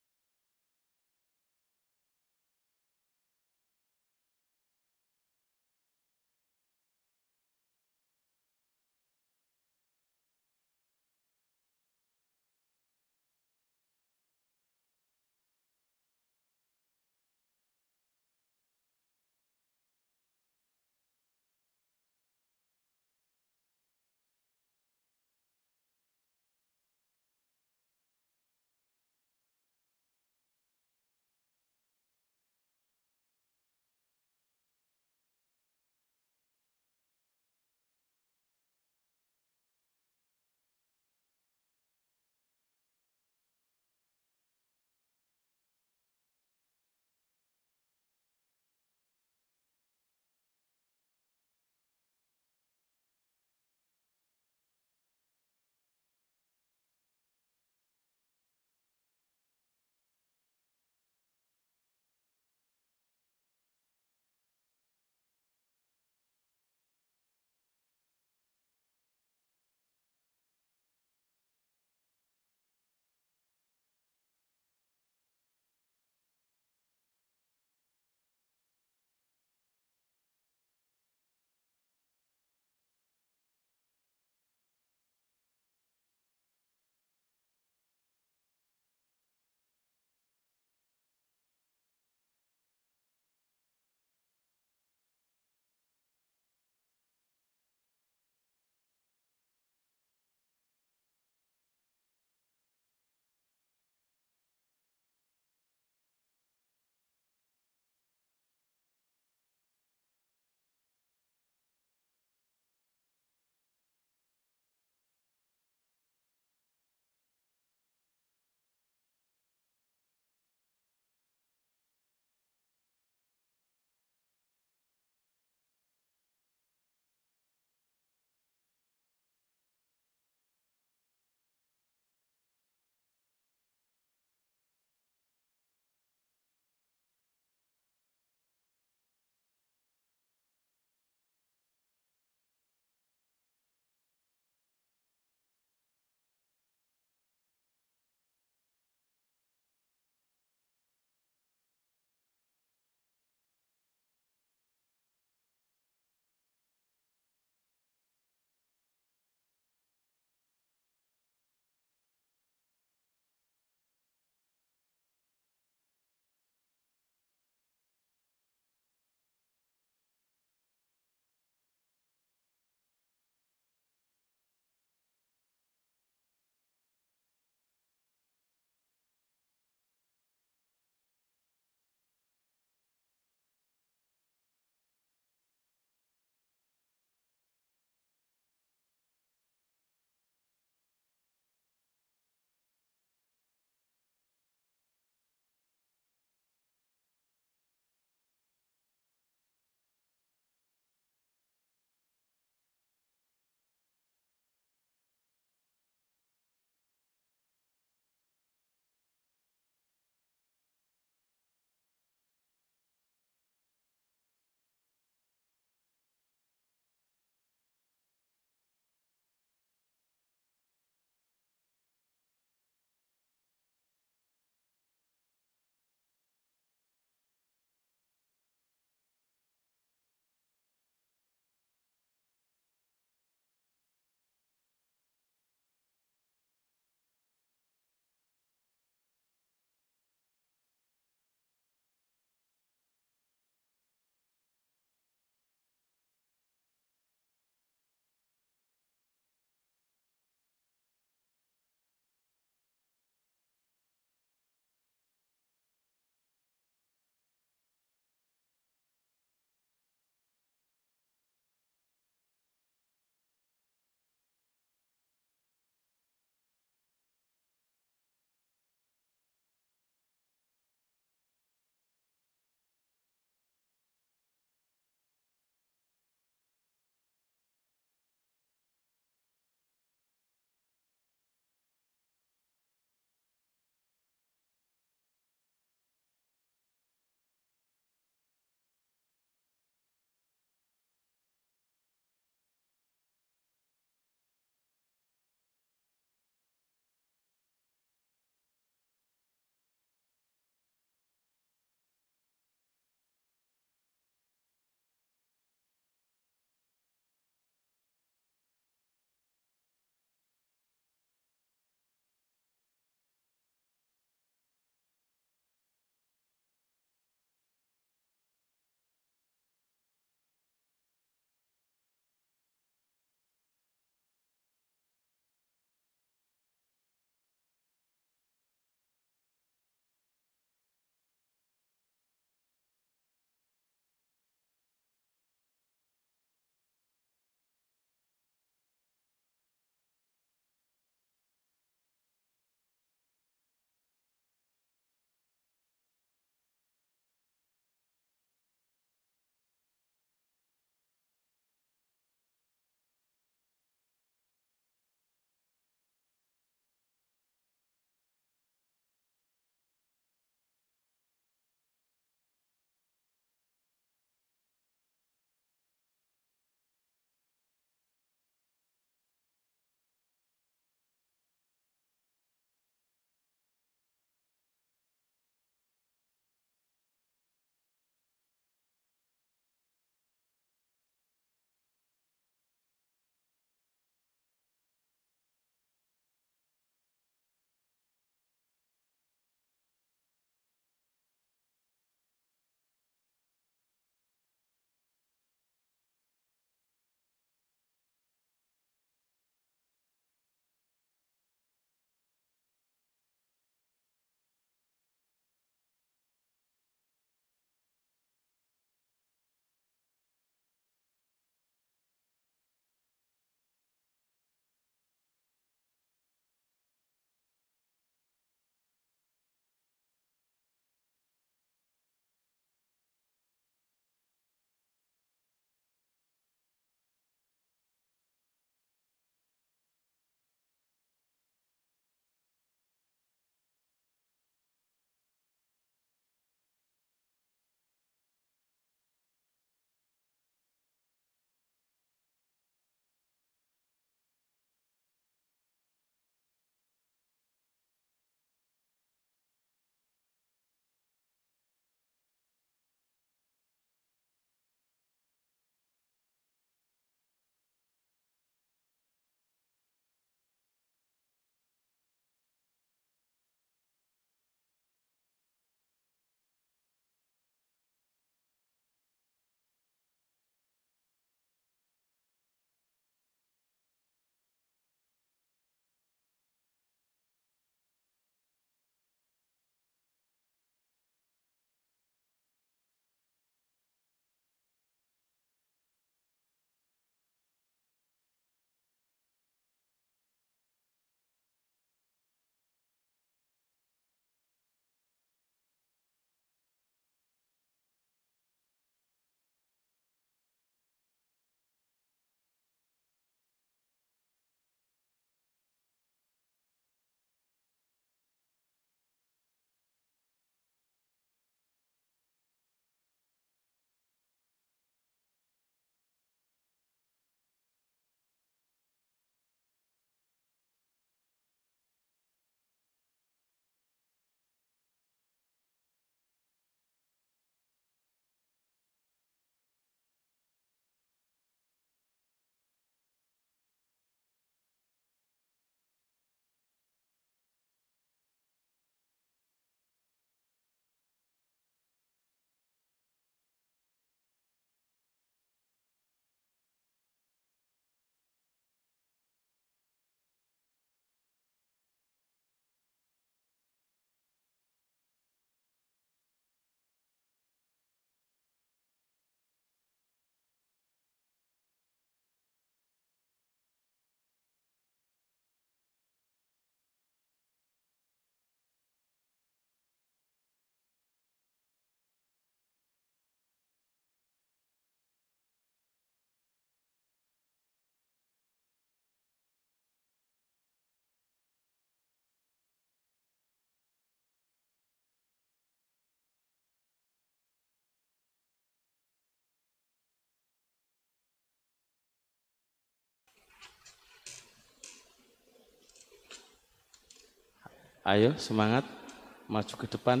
Ayo semangat, maju ke depan.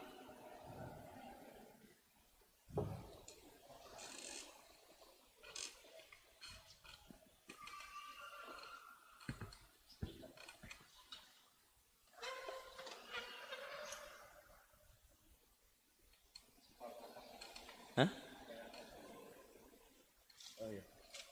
Hah? Oh, iya.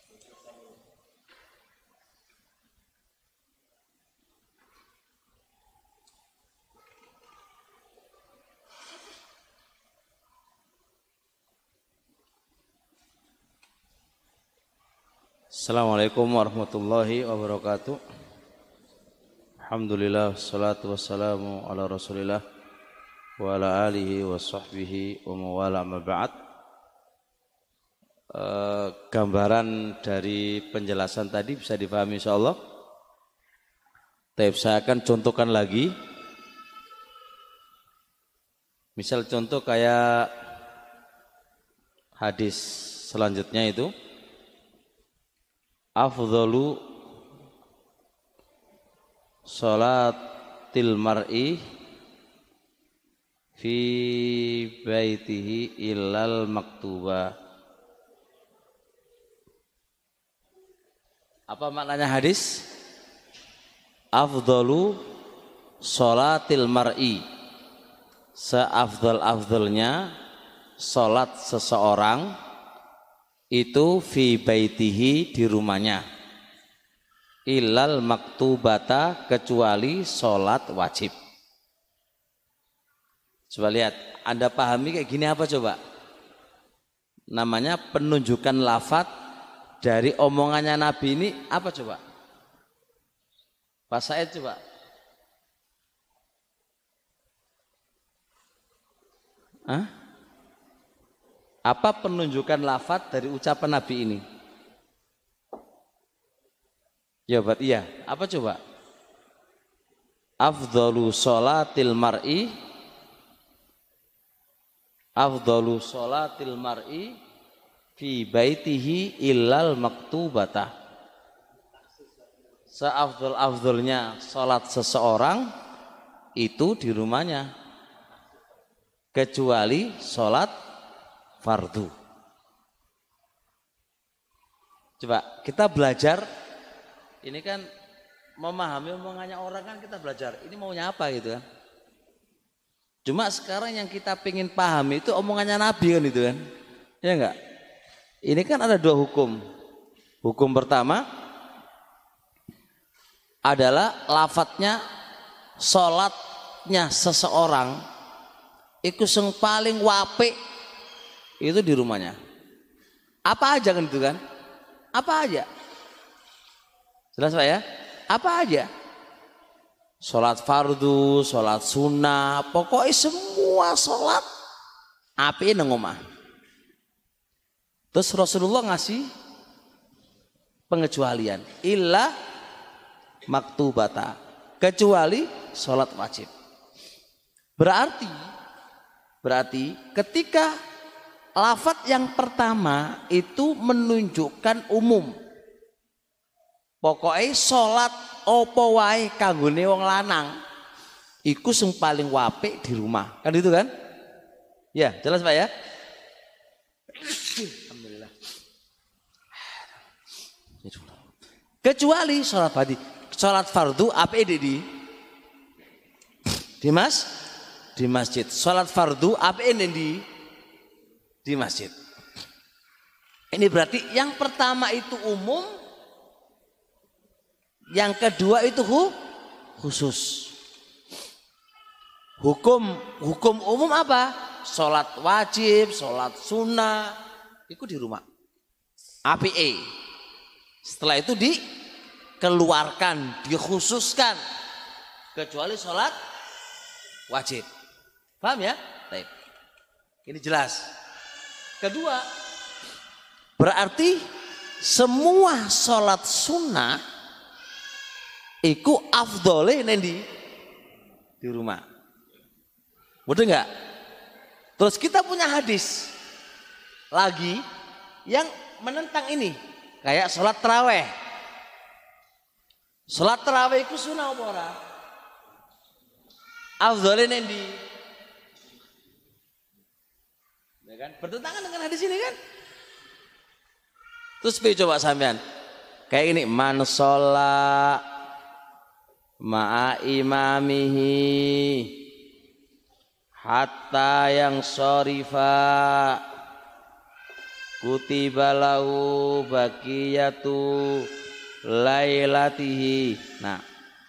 Assalamualaikum warahmatullahi wabarakatuh. Alhamdulillah, salatu wassalamu ala rasulillah wa ala alihi wa sahbihi wa mawala ma ba'd. E, gambaran dari penjelasan tadi bisa dipahami insyaallah. Tapi saya akan contohkan lagi. Misal contoh kayak hadis selanjutnya itu, afdhalu sholatil mar'i fi baitihi illal maktuba. Apa maknanya hadis? Afdhalu sholatil mar'i, seafdal-afdalnya sholat seseorang itu fi baitihi, di rumahnya, illal maktubata, kecuali sholat wajib. Coba lihat, Anda pahami kayak gini apa coba? Namanya penunjukan lafadz dari omongannya Nabi ini apa coba? Pak Said coba. Hah? Apa penunjukan lafadz dari ucapan Nabi ini? Jawabat iya. Apa coba? Afdhalu sholatil mar'i, afdhalu sholatil mar'i fi baitihi illal maktubata. Seafdal-afdalnya sholat seseorang itu di rumahnya, kecuali sholat fardu. Coba kita belajar, ini kan memahami omongannya orang kan kita belajar, ini maunya apa gitu kan. Cuma sekarang yang kita pengen pahami itu omongannya Nabi kan itu kan. Ya enggak? Ini kan ada dua hukum. Hukum pertama adalah lafadznya, sholatnya seseorang itu yang paling wapik itu di rumahnya. Apa aja kan itu kan? Apa aja? Jelas Pak ya? Apa aja? Sholat fardu, sholat sunnah, pokoknya semua sholat api nang omah. Terus Rasulullah ngasih pengecualian, illa maktubata, kecuali sholat wajib. Berarti, berarti ketika lafadz yang pertama itu menunjukkan umum. Pokoknya sholat opo wae kanggone wong lanang iku sing paling wapik di rumah. Kan itu kan? Ya, jelas Pak ya? Alhamdulillah. Kecuali sholat fardu. Sholat fardu apa ini di? Di mas? Di masjid. Sholat fardu apa ini di? Di masjid. Ini berarti yang pertama itu umum, yang kedua itu khusus. Hukum hukum umum apa? Sholat wajib, sholat sunnah, itu di rumah. A P E. Setelah itu dikeluarkan, dikhususkan, kecuali sholat wajib. Paham ya? Baik. Ini jelas. Kedua, berarti semua sholat sunnah iku afdole nendi di rumah. Betul nggak? Terus kita punya hadis lagi yang menentang ini, kayak sholat taraweh. Sholat taraweh itu sunnah apa ora? Afdhole nendi? Ya kan? Bertentangan dengan hadis ini kan? Terus pilih coba sampean. Kayak ini, man sholla ma'a imamihi hatta yang shorifa kutiba lahu baqiyatu lailatihi. Nah,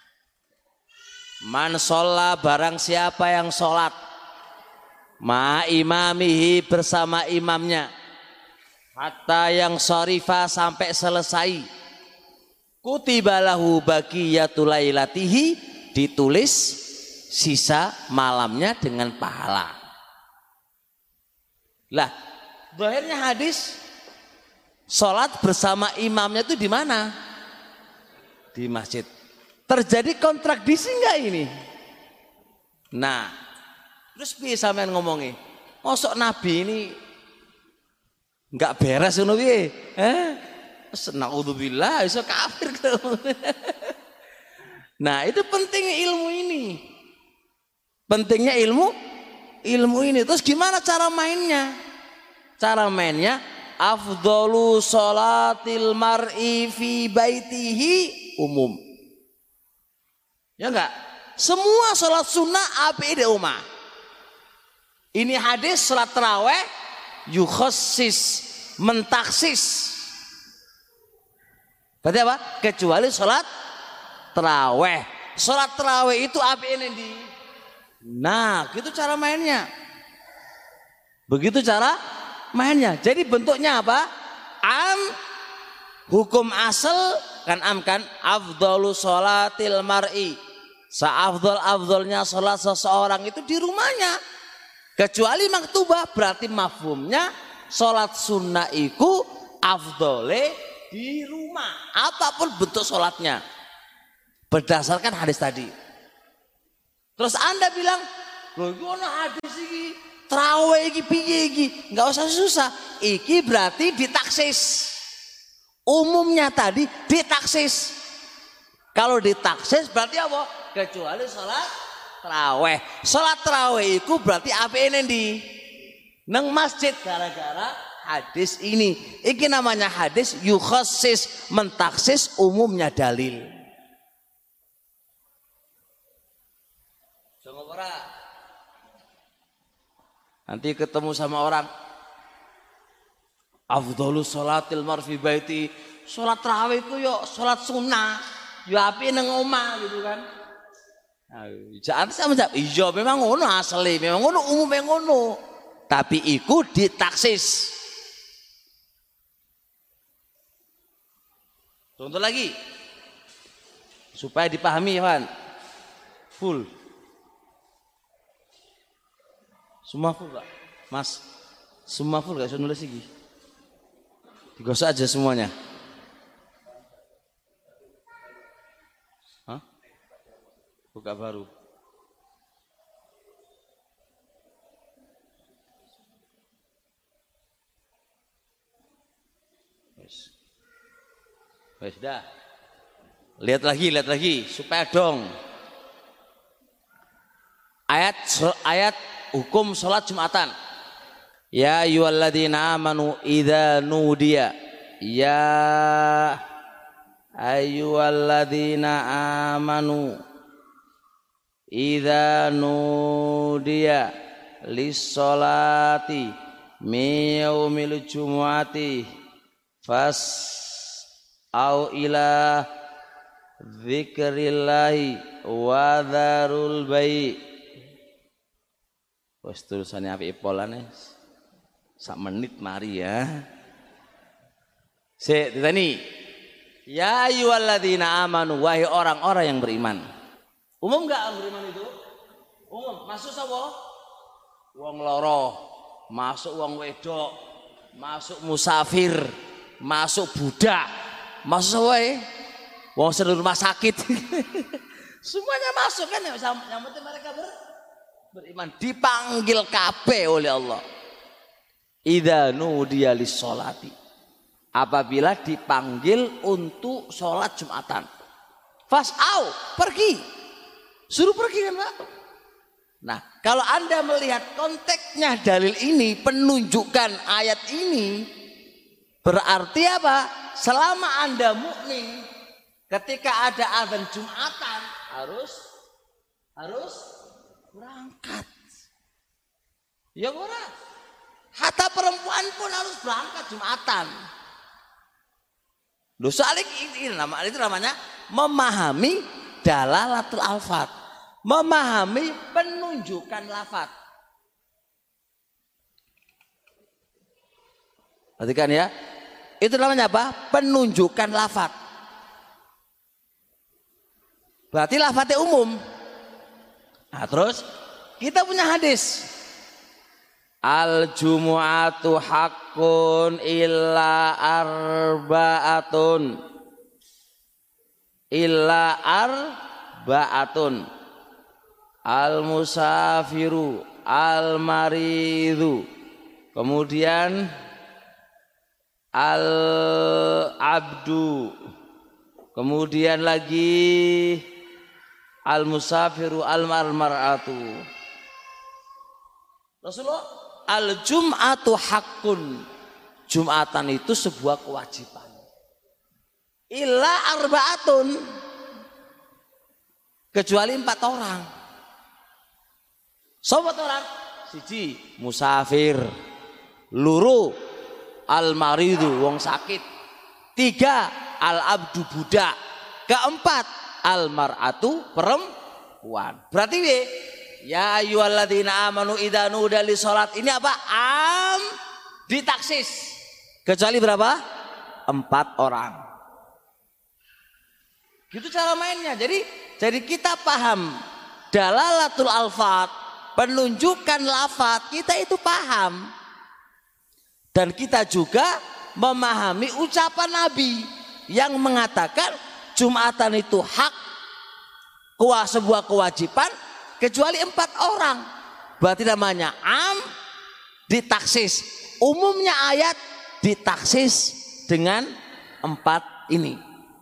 man sholla barang siapa yang sholat ma'a imamihi bersama imamnya hatta yang shorifa sampai selesai kutiba lahu baqiyatul lailatihi ditulis sisa malamnya dengan pahala. Lah, zahirnya hadis sholat bersama imamnya itu di mana? Di masjid. Terjadi kontradiksi enggak ini? Nah, terus piye sampean ngomongi? Mosok Nabi ini enggak beres ngono piye? Eh? Naudzubillah, iso kafir. Nah, itu pentingnya ilmu ini. Pentingnya ilmu ilmu ini. Terus gimana cara mainnya? Cara mainnya afdhalu sholatil mar'i fi baitihi umum. Ya enggak? Semua sholat sunnah api di rumah. Ini hadis sholat tarawih yukhassis, mentaksis. Berarti apa? Kecuali sholat tarawih. Sholat tarawih itu api ini di. Nah, gitu cara mainnya. Begitu cara mainnya. Jadi bentuknya apa? Am, hukum asal kan am kan afdhalu sholatil mar'i. Seafdhal afdhalnya sholat seseorang itu di rumahnya. Kecuali maktubah, berarti mafhumnya sholat sunnah iku afdhole di rumah, apapun bentuk sholatnya berdasarkan hadis tadi. Terus Anda bilang, loh itu ada hadis ini tarawih iki piye iki? Enggak usah susah. Iki berarti ditaksis. Umumnya tadi ditaksis. Kalau ditaksis berarti apa? Kecuali sholat tarawih. Sholat tarawih itu berarti apa ini di nang masjid gara-gara hadis ini. Iki namanya hadis yukhassis, mentaksis, umumnya dalil. Nanti ketemu sama orang, afdhalus sholatil mar'i baiti, sholat tarawih itu yo sholat sunnah, yo api nang omah gitu kan. Nah, jangan sama jawab, iya memang ngono asli, memang ngono umumnya ngono. Tapi ikut ditaksis. Contoh lagi, supaya dipahami Iwan, full. Semua full Pak, Mas. Semua full gak usah nulis lagi. Digosok aja semuanya. Hah? Buka baru. Wes. Wes dah. Lihat lagi, lihat lagi supaya dong. Ayat ayat hukum sholat Jumatan. Ya ayyuhalladzina amanu idza nudiya. Ya ayyuhalladzina amanu idza nudiya lis-sholati min yaumil jumu'ati fas au ila dzikrillahi wa dzarul bai'. Wes tulisannya apik polane. Sak menit mari ya. Sik ditani. Ya ayyuhalladzina amanu, wahai orang-orang yang beriman. Umum enggak orang beriman itu? Umum. Masuk sapa? Wong loro, masuk wong wedok, masuk musafir, masuk budak, masuk wae. Wong sedang rumah sakit. Semuanya masuk kan, yang penting mereka ber beriman, dipanggil kabeh oleh Allah. Idza nudiya lis-sholati, apabila dipanggil untuk sholat Jumatan, fas'au, pergi, suruh pergi kan Pak. Nah, kalau Anda melihat konteksnya dalil ini, penunjukan ayat ini, berarti apa? Selama Anda mukmin, ketika ada azan Jumatan harus harus berangkat. Ya ora. Hatta perempuan pun harus berangkat Jumatan. Loh, soalnya ini, ini nama itu namanya memahami dalalatul alfat, memahami penunjukan lafaz. Perhatikan ya, itu namanya apa? Penunjukan lafaz. Berarti lafaznya umum. Nah, terus kita punya hadis. Al jumu'atu haqqun illa arba'atun. Illa arba'atun. Al musafiru, al maridu. Kemudian al abdu. Kemudian lagi al musafiru, al mar'atu. Rasulullah, al jum'atu haqqun. Jumatan itu sebuah kewajiban. Illa arba'atun. Kecuali empat orang. Sobat orang. Siji, musafir. Luru, al maridu, wong sakit. Tiga, al abdu, budak. Keempat, al mar'atu, perempuan. Berarti we, ya ayyuhalladzina amanu idza nudiya lis-shalat, ini apa? Am ditaksis. Kecuali berapa? Empat orang. Gitu cara mainnya. Jadi jadi kita paham dalalatul alfat, penunjukan lafaz, kita itu paham. Dan kita juga memahami ucapan Nabi yang mengatakan Jumatan itu hak, sebuah kewajiban, kecuali empat orang. Berarti namanya am ditaksis. Umumnya ayat ditaksis dengan empat ini.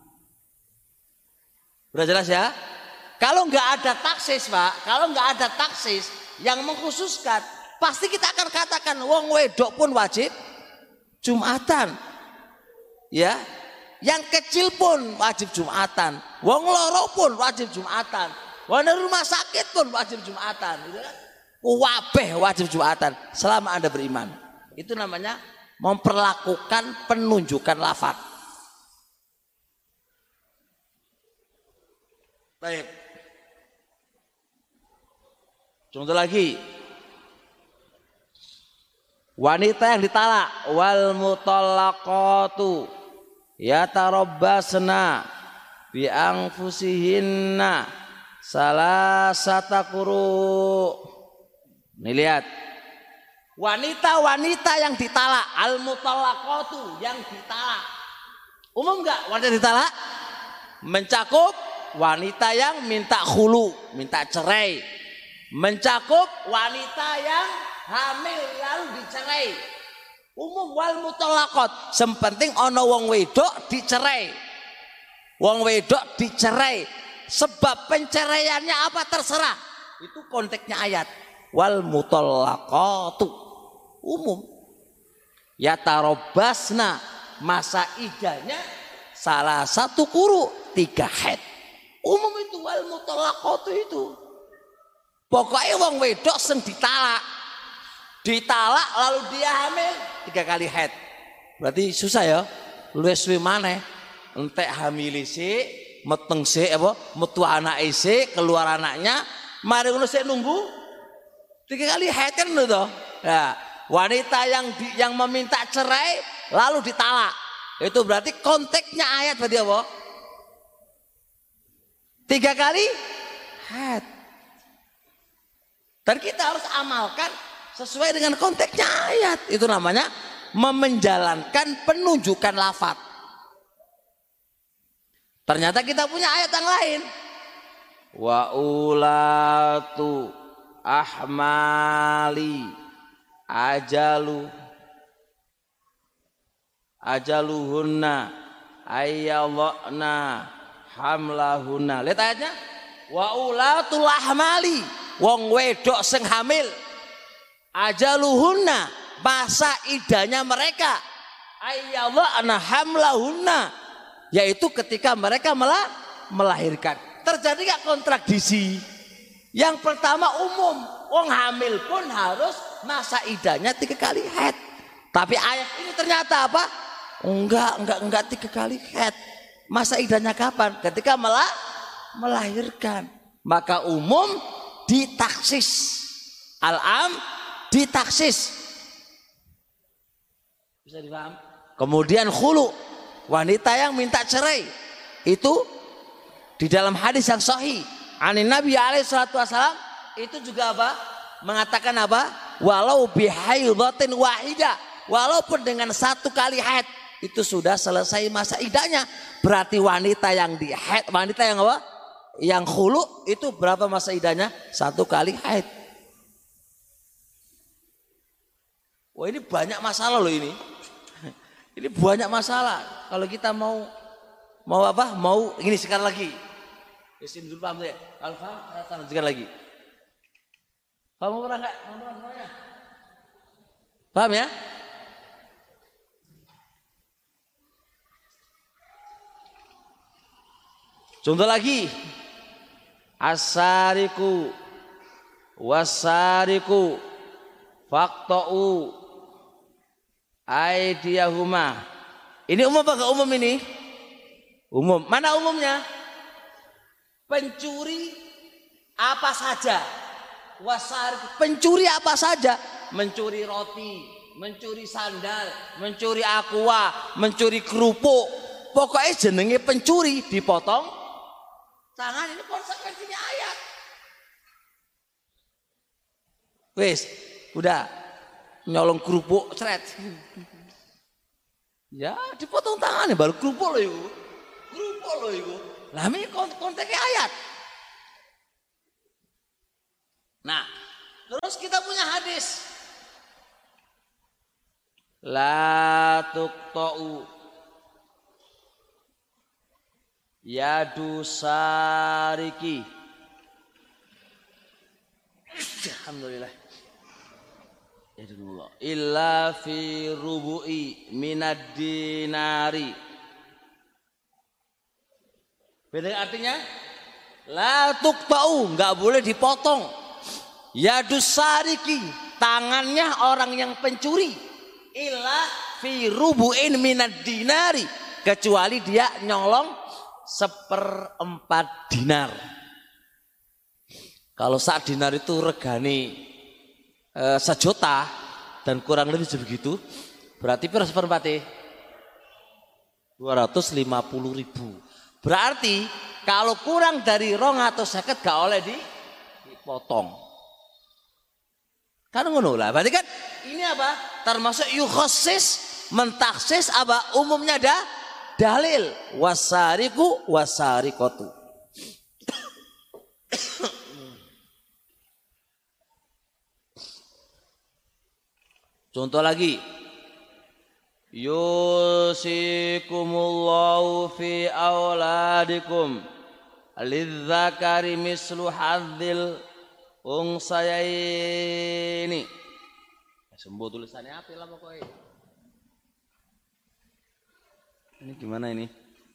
Sudah jelas ya? Kalau nggak ada taksis, Pak, kalau nggak ada taksis yang mengkhususkan, pasti kita akan katakan wong wedok pun wajib Jumatan. Ya, yang kecil pun wajib Jumatan. Wong loro pun wajib Jumatan. Wong rumah sakit pun wajib Jumatan. Gitu kan? Wabeh wajib Jumatan selama Anda beriman. Itu namanya memperlakukan penunjukan lafaz. Baik. Contoh lagi. Wanita yang ditalak, wal mutallaqatu yatarabbasna bi anfusihinna salasata quru. Nih lihat. Wanita-wanita yang ditalak, al mutallaqatu, yang ditalak. Umum enggak wanita ditalak? Mencakup wanita yang minta khulu, minta cerai. Mencakup wanita yang hamil lalu dicerai. Umum wal mutallaqat. Sempenting ono wong wedok dicerai. Wong wedok dicerai. Sebab penceraiannya apa terserah. Itu konteksnya ayat. Wal mutallaqatu. Umum. Yatarabbasna, masa idahnya salah satu kuru, tiga haid. Umum itu wal mutallaqatu itu. Pokoknya wong wedok sing ditalak. Ditalak lalu dia hamil tiga kali haid. Berarti susah ya. Luwes suwe maneh entek hamil sik, meteng sik apa, metu anake sik, keluar anaknya, mari ngono sik nunggu tiga kali haid kan lho to. Nah, wanita yang di, yang meminta cerai lalu ditalak. Itu berarti konteksnya ayat berarti apa? Tiga kali haid. Dan kita harus amalkan sesuai dengan konteksnya ayat. Itu namanya menjalankan penunjukan lafaz. Ternyata kita punya ayat yang lain. Wa ulatu ahmali ajalu ajaluhunna ayyadhna hamlahunna. Lihat ayatnya. Wa ulatul ahmali. wong wedok sing hamil ajaluhunna masa idahnya mereka ayyadha'na hamlahunna yaitu ketika mereka malah melahirkan. Terjadi gak kontradiksi? Yang pertama umum, wong hamil pun harus masa idahnya tiga kali haid. Tapi ayat ini ternyata apa? Enggak, enggak, enggak tiga kali haid. Masa idahnya kapan? Ketika malah melahirkan. Maka umum ditaksis, al-am ditaksis. Bisa dipaham? Kemudian khulu, wanita yang minta cerai itu di dalam hadis yang sahih anin Nabi alaihi salatu wasalam itu juga apa? Mengatakan apa? Walau bihaidatin wahida, walaupun dengan satu kali haid itu sudah selesai masa idahnya. Berarti wanita yang di haid, wanita yang apa? Yang khulu itu berapa masa idahnya? Satu kali haid. Wah, ini banyak masalah loh ini. Ini banyak masalah. Kalau kita mau mau apa? Mau ini sekarang lagi. Isim dulu paham ya? Kalau paham, saya lanjutkan lagi. Paham apa enggak? Paham semuanya? Paham ya? Contoh lagi. Asariku wasariku faqta'u aidiyahuma. Ini umum apa enggak umum ini? Umum. Mana umumnya? Pencuri apa saja. Wasariku, pencuri apa saja. Mencuri roti, mencuri sandal, mencuri aqua, mencuri kerupuk. Pokoknya jenenge pencuri dipotong tangan. Ini konsekuensinya ayat. Wes, udah nyolong kerupuk seret. Ya, dipotong tangannya baru kerupuk loh itu. Kerupuk loh itu. Lah ini konteksnya ayat. Nah, terus kita punya hadis. La tuqta'u yadu sariki. Alhamdulillah. Yadullah illa fi rubu'i minad dinari. Beda artinya? La tuqta'u, enggak boleh dipotong. Yadus sariki, tangannya orang yang pencuri. Illa fi rubu'in minad dinari, kecuali dia nyolong seperempat dinar. Kalau sak dinar itu regani e, sejuta dan kurang lebih sebegitu, berarti berapa seperempatnya? dua ratus lima puluh ribu. Berarti kalau kurang dari rong atau seket gak oleh dipotong. Kan ngono lah. Berarti kan ini apa? Termasuk yukhassis, mentaksis apa? Umumnya ada dalil wasariku wasarikotu. Contoh lagi. Yusikumullahu fi auladikum lidzakari mislu hadzil unsayaini. Sembuh tulisannya apa lah pokoknya. Ini gimana ini?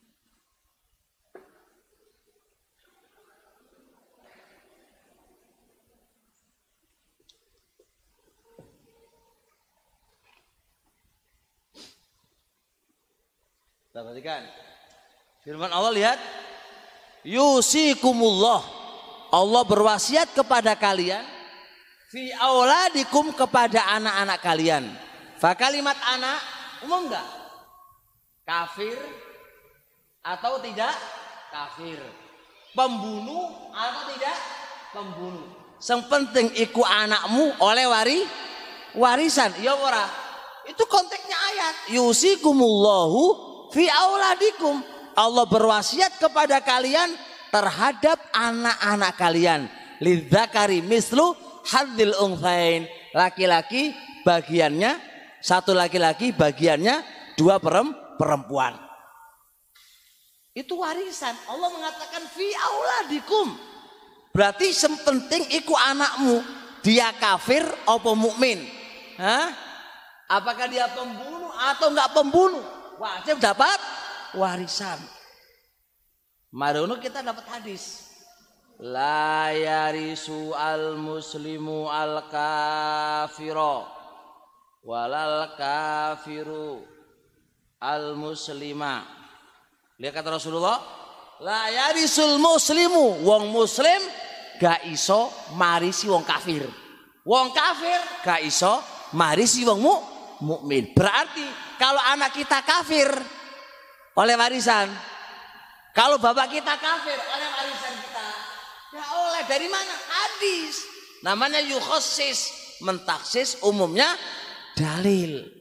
Kita perhatikan. Firman Allah, lihat. Yusikumullah. Allah berwasiat kepada kalian. Fi auladikum, kepada anak-anak kalian. Fa kalimat anak umum enggak? Kafir atau tidak kafir, pembunuh atau tidak pembunuh. Yang penting iku anakmu oleh wari warisan. Ya ora? Itu konteksnya ayat. Yusikumullahu fi auladikum. Allah berwasiat kepada kalian terhadap anak-anak kalian. Lidzakari mislu hadzil unthain. Laki-laki bagiannya satu, laki-laki bagiannya dua perempuan. perempuan. Itu warisan. Allah mengatakan fi auladikum. Berarti sepenting iku anakmu, dia kafir apa mukmin? Hah? Apakah dia pembunuh atau enggak pembunuh? Wajib dapat warisan. Marono kita dapat hadis. La yarisu al muslimu al kafiro walal kafiru al muslima. Lihat kata Rasulullah, la yarisul muslimu, wong muslim gak iso marisi wong kafir. Wong kafir gak iso marisi wong mu, mukmin. Berarti kalau anak kita kafir oleh warisan, kalau bapak kita kafir oleh warisan kita, ya oleh dari mana? Hadis. Namanya yukhassis, mentaksis, umumnya dalil.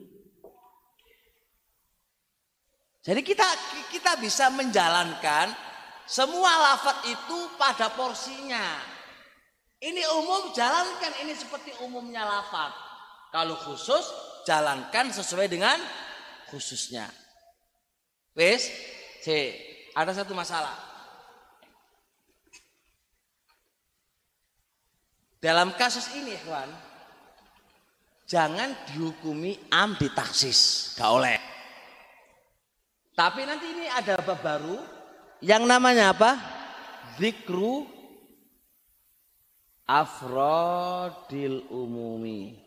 Jadi kita kita bisa menjalankan semua lafaz itu pada porsinya. Ini umum, jalankan ini seperti umumnya lafaz. Kalau khusus, jalankan sesuai dengan khususnya. Wes, C. Ada satu masalah. Dalam kasus ini, kawan, jangan dihukumi am ditaksis, gak oleh. Tapi nanti ini ada bab baru yang namanya apa? Zikru afrodil umumi.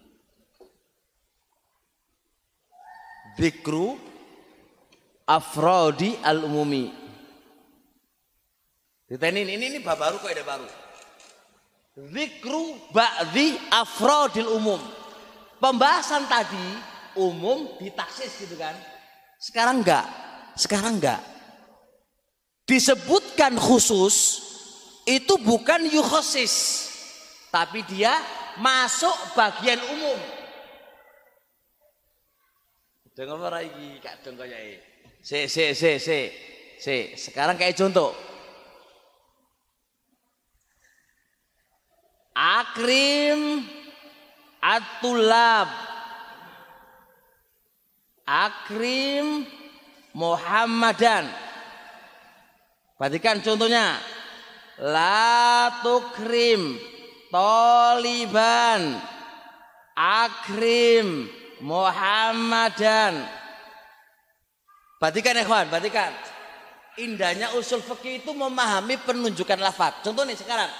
Zikru afrodi al umumi. Ini ini ini bab baru, kok ada baru. Zikru ba'dhi afrodil umum. Pembahasan tadi umum ditaksis gitu kan. Sekarang enggak. Sekarang enggak. Disebutkan khusus itu bukan yukhassis, tapi dia masuk bagian umum. Dengar ora iki gak dong koyoke. Se se se se. Se, sekarang kayak contoh. Akrim at-tulab. Akrim Muhammadan. Perhatikan contohnya. La tukrim toliban akrim Muhammadan. Perhatikan ya kawan, perhatikan. Indahnya usul fikih itu memahami penunjukan lafaz. Contoh nih sekarang.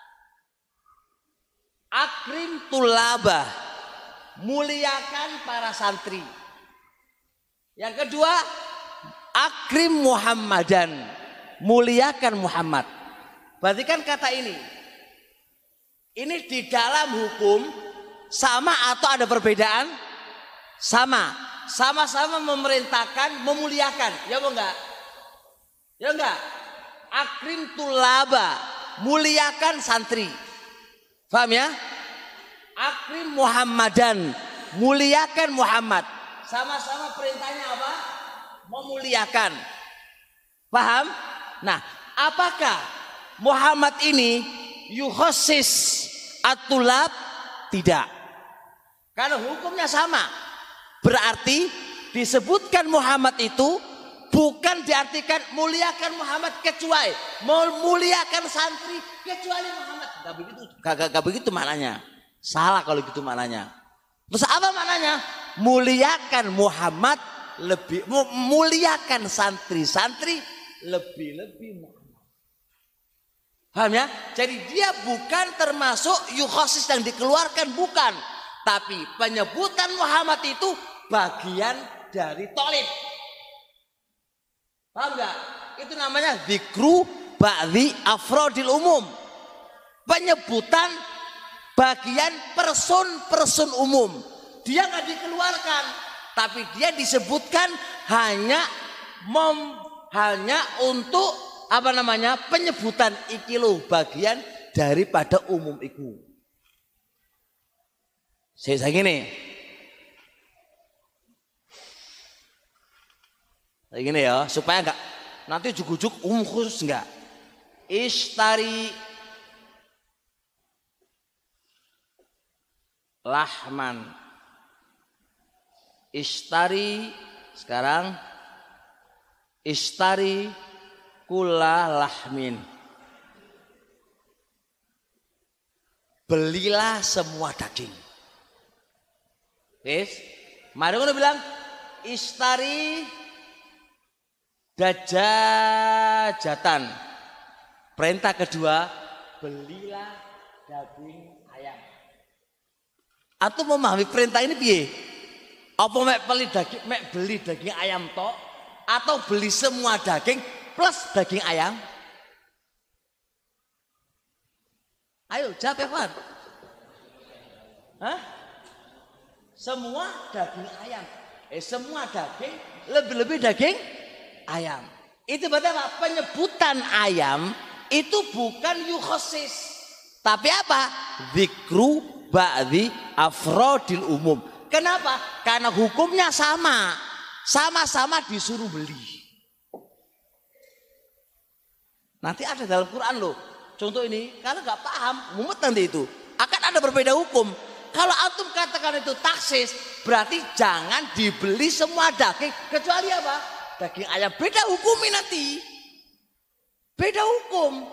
Akrim tulabah, muliakan para santri. Yang kedua, akrim Muhammadan, muliakan Muhammad. Perhatikan kata ini. Ini di dalam hukum sama atau ada perbedaan? Sama. Sama-sama memerintahkan memuliakan. Ya enggak? Ya enggak? Akrim tulaba, muliakan santri. Paham ya? Akrim Muhammadan, muliakan Muhammad. Sama-sama perintahnya apa? Memuliakan. Paham? Nah, apakah Muhammad ini yukhassis at-tulab? Tidak. Karena hukumnya sama. Berarti disebutkan Muhammad itu bukan diartikan muliakan Muhammad kecuali memuliakan santri kecuali Muhammad. Gak begitu, gak, gak, gak begitu maknanya. Salah kalau gitu maknanya. Terus apa maknanya? Muliakan Muhammad lebih, muliakan santri-santri lebih-lebih Muhammad. Paham ya? Jadi dia bukan termasuk yukhassis yang dikeluarkan, bukan. Tapi penyebutan Muhammad itu bagian dari tolib. Paham gak? Itu namanya zikru ba'dhi afrodil umum. Penyebutan bagian person-person umum. Dia nggak dikeluarkan, tapi dia disebutkan hanya mem, hanya untuk apa namanya penyebutan ikilu bagian daripada umum iku. Saya saya gini, saya gini ya supaya nggak nanti juk-juk umum khusus nggak. Ishtari lahman. Ishtari sekarang ishtari kula lahmin. belilah semua daging. Wis, mari ngono bilang istari dajajatan. Perintah kedua, belilah daging ayam. Atau memahami perintah ini piye? Apa mek beli daging, mek beli daging ayam tok atau beli semua daging plus daging ayam? Ayo jawab ya, Pak. Hah? Semua daging ayam. Eh semua daging, lebih-lebih daging ayam. Itu berarti apa? Penyebutan ayam itu bukan yukhosis. Tapi apa? Zikru ba'di afrodil umum. Kenapa? Karena hukumnya sama. Sama-sama disuruh beli. Nanti ada dalam Quran loh. Contoh ini, kalau nggak paham, mumet nanti itu. Akan ada berbeda hukum. Kalau antum katakan itu taksis, berarti jangan dibeli semua daging. Kecuali apa? Daging ayam. Beda hukumnya nanti. Beda hukum.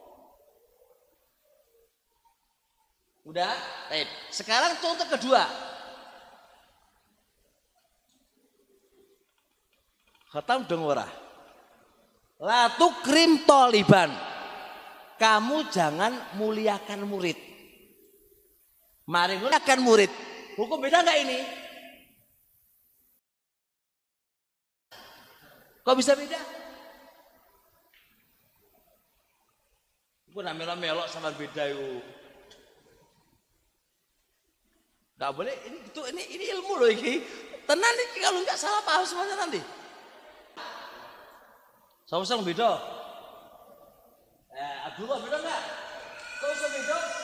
Udah? Baik. Sekarang contoh kedua. Khatam dong ora. La tukrim toliban. Kamu jangan muliakan murid. Mari muliakan murid. Hukum beda enggak ini? Kok bisa beda? Gue namanya melok sama beda yuk. Gak boleh. Ini itu ini ini ilmu loh ini. Tenang nih kalau nggak salah paham semuanya nanti. Sama-sama beda. Eh, Abdullah beda nggak? Kok bisa beda?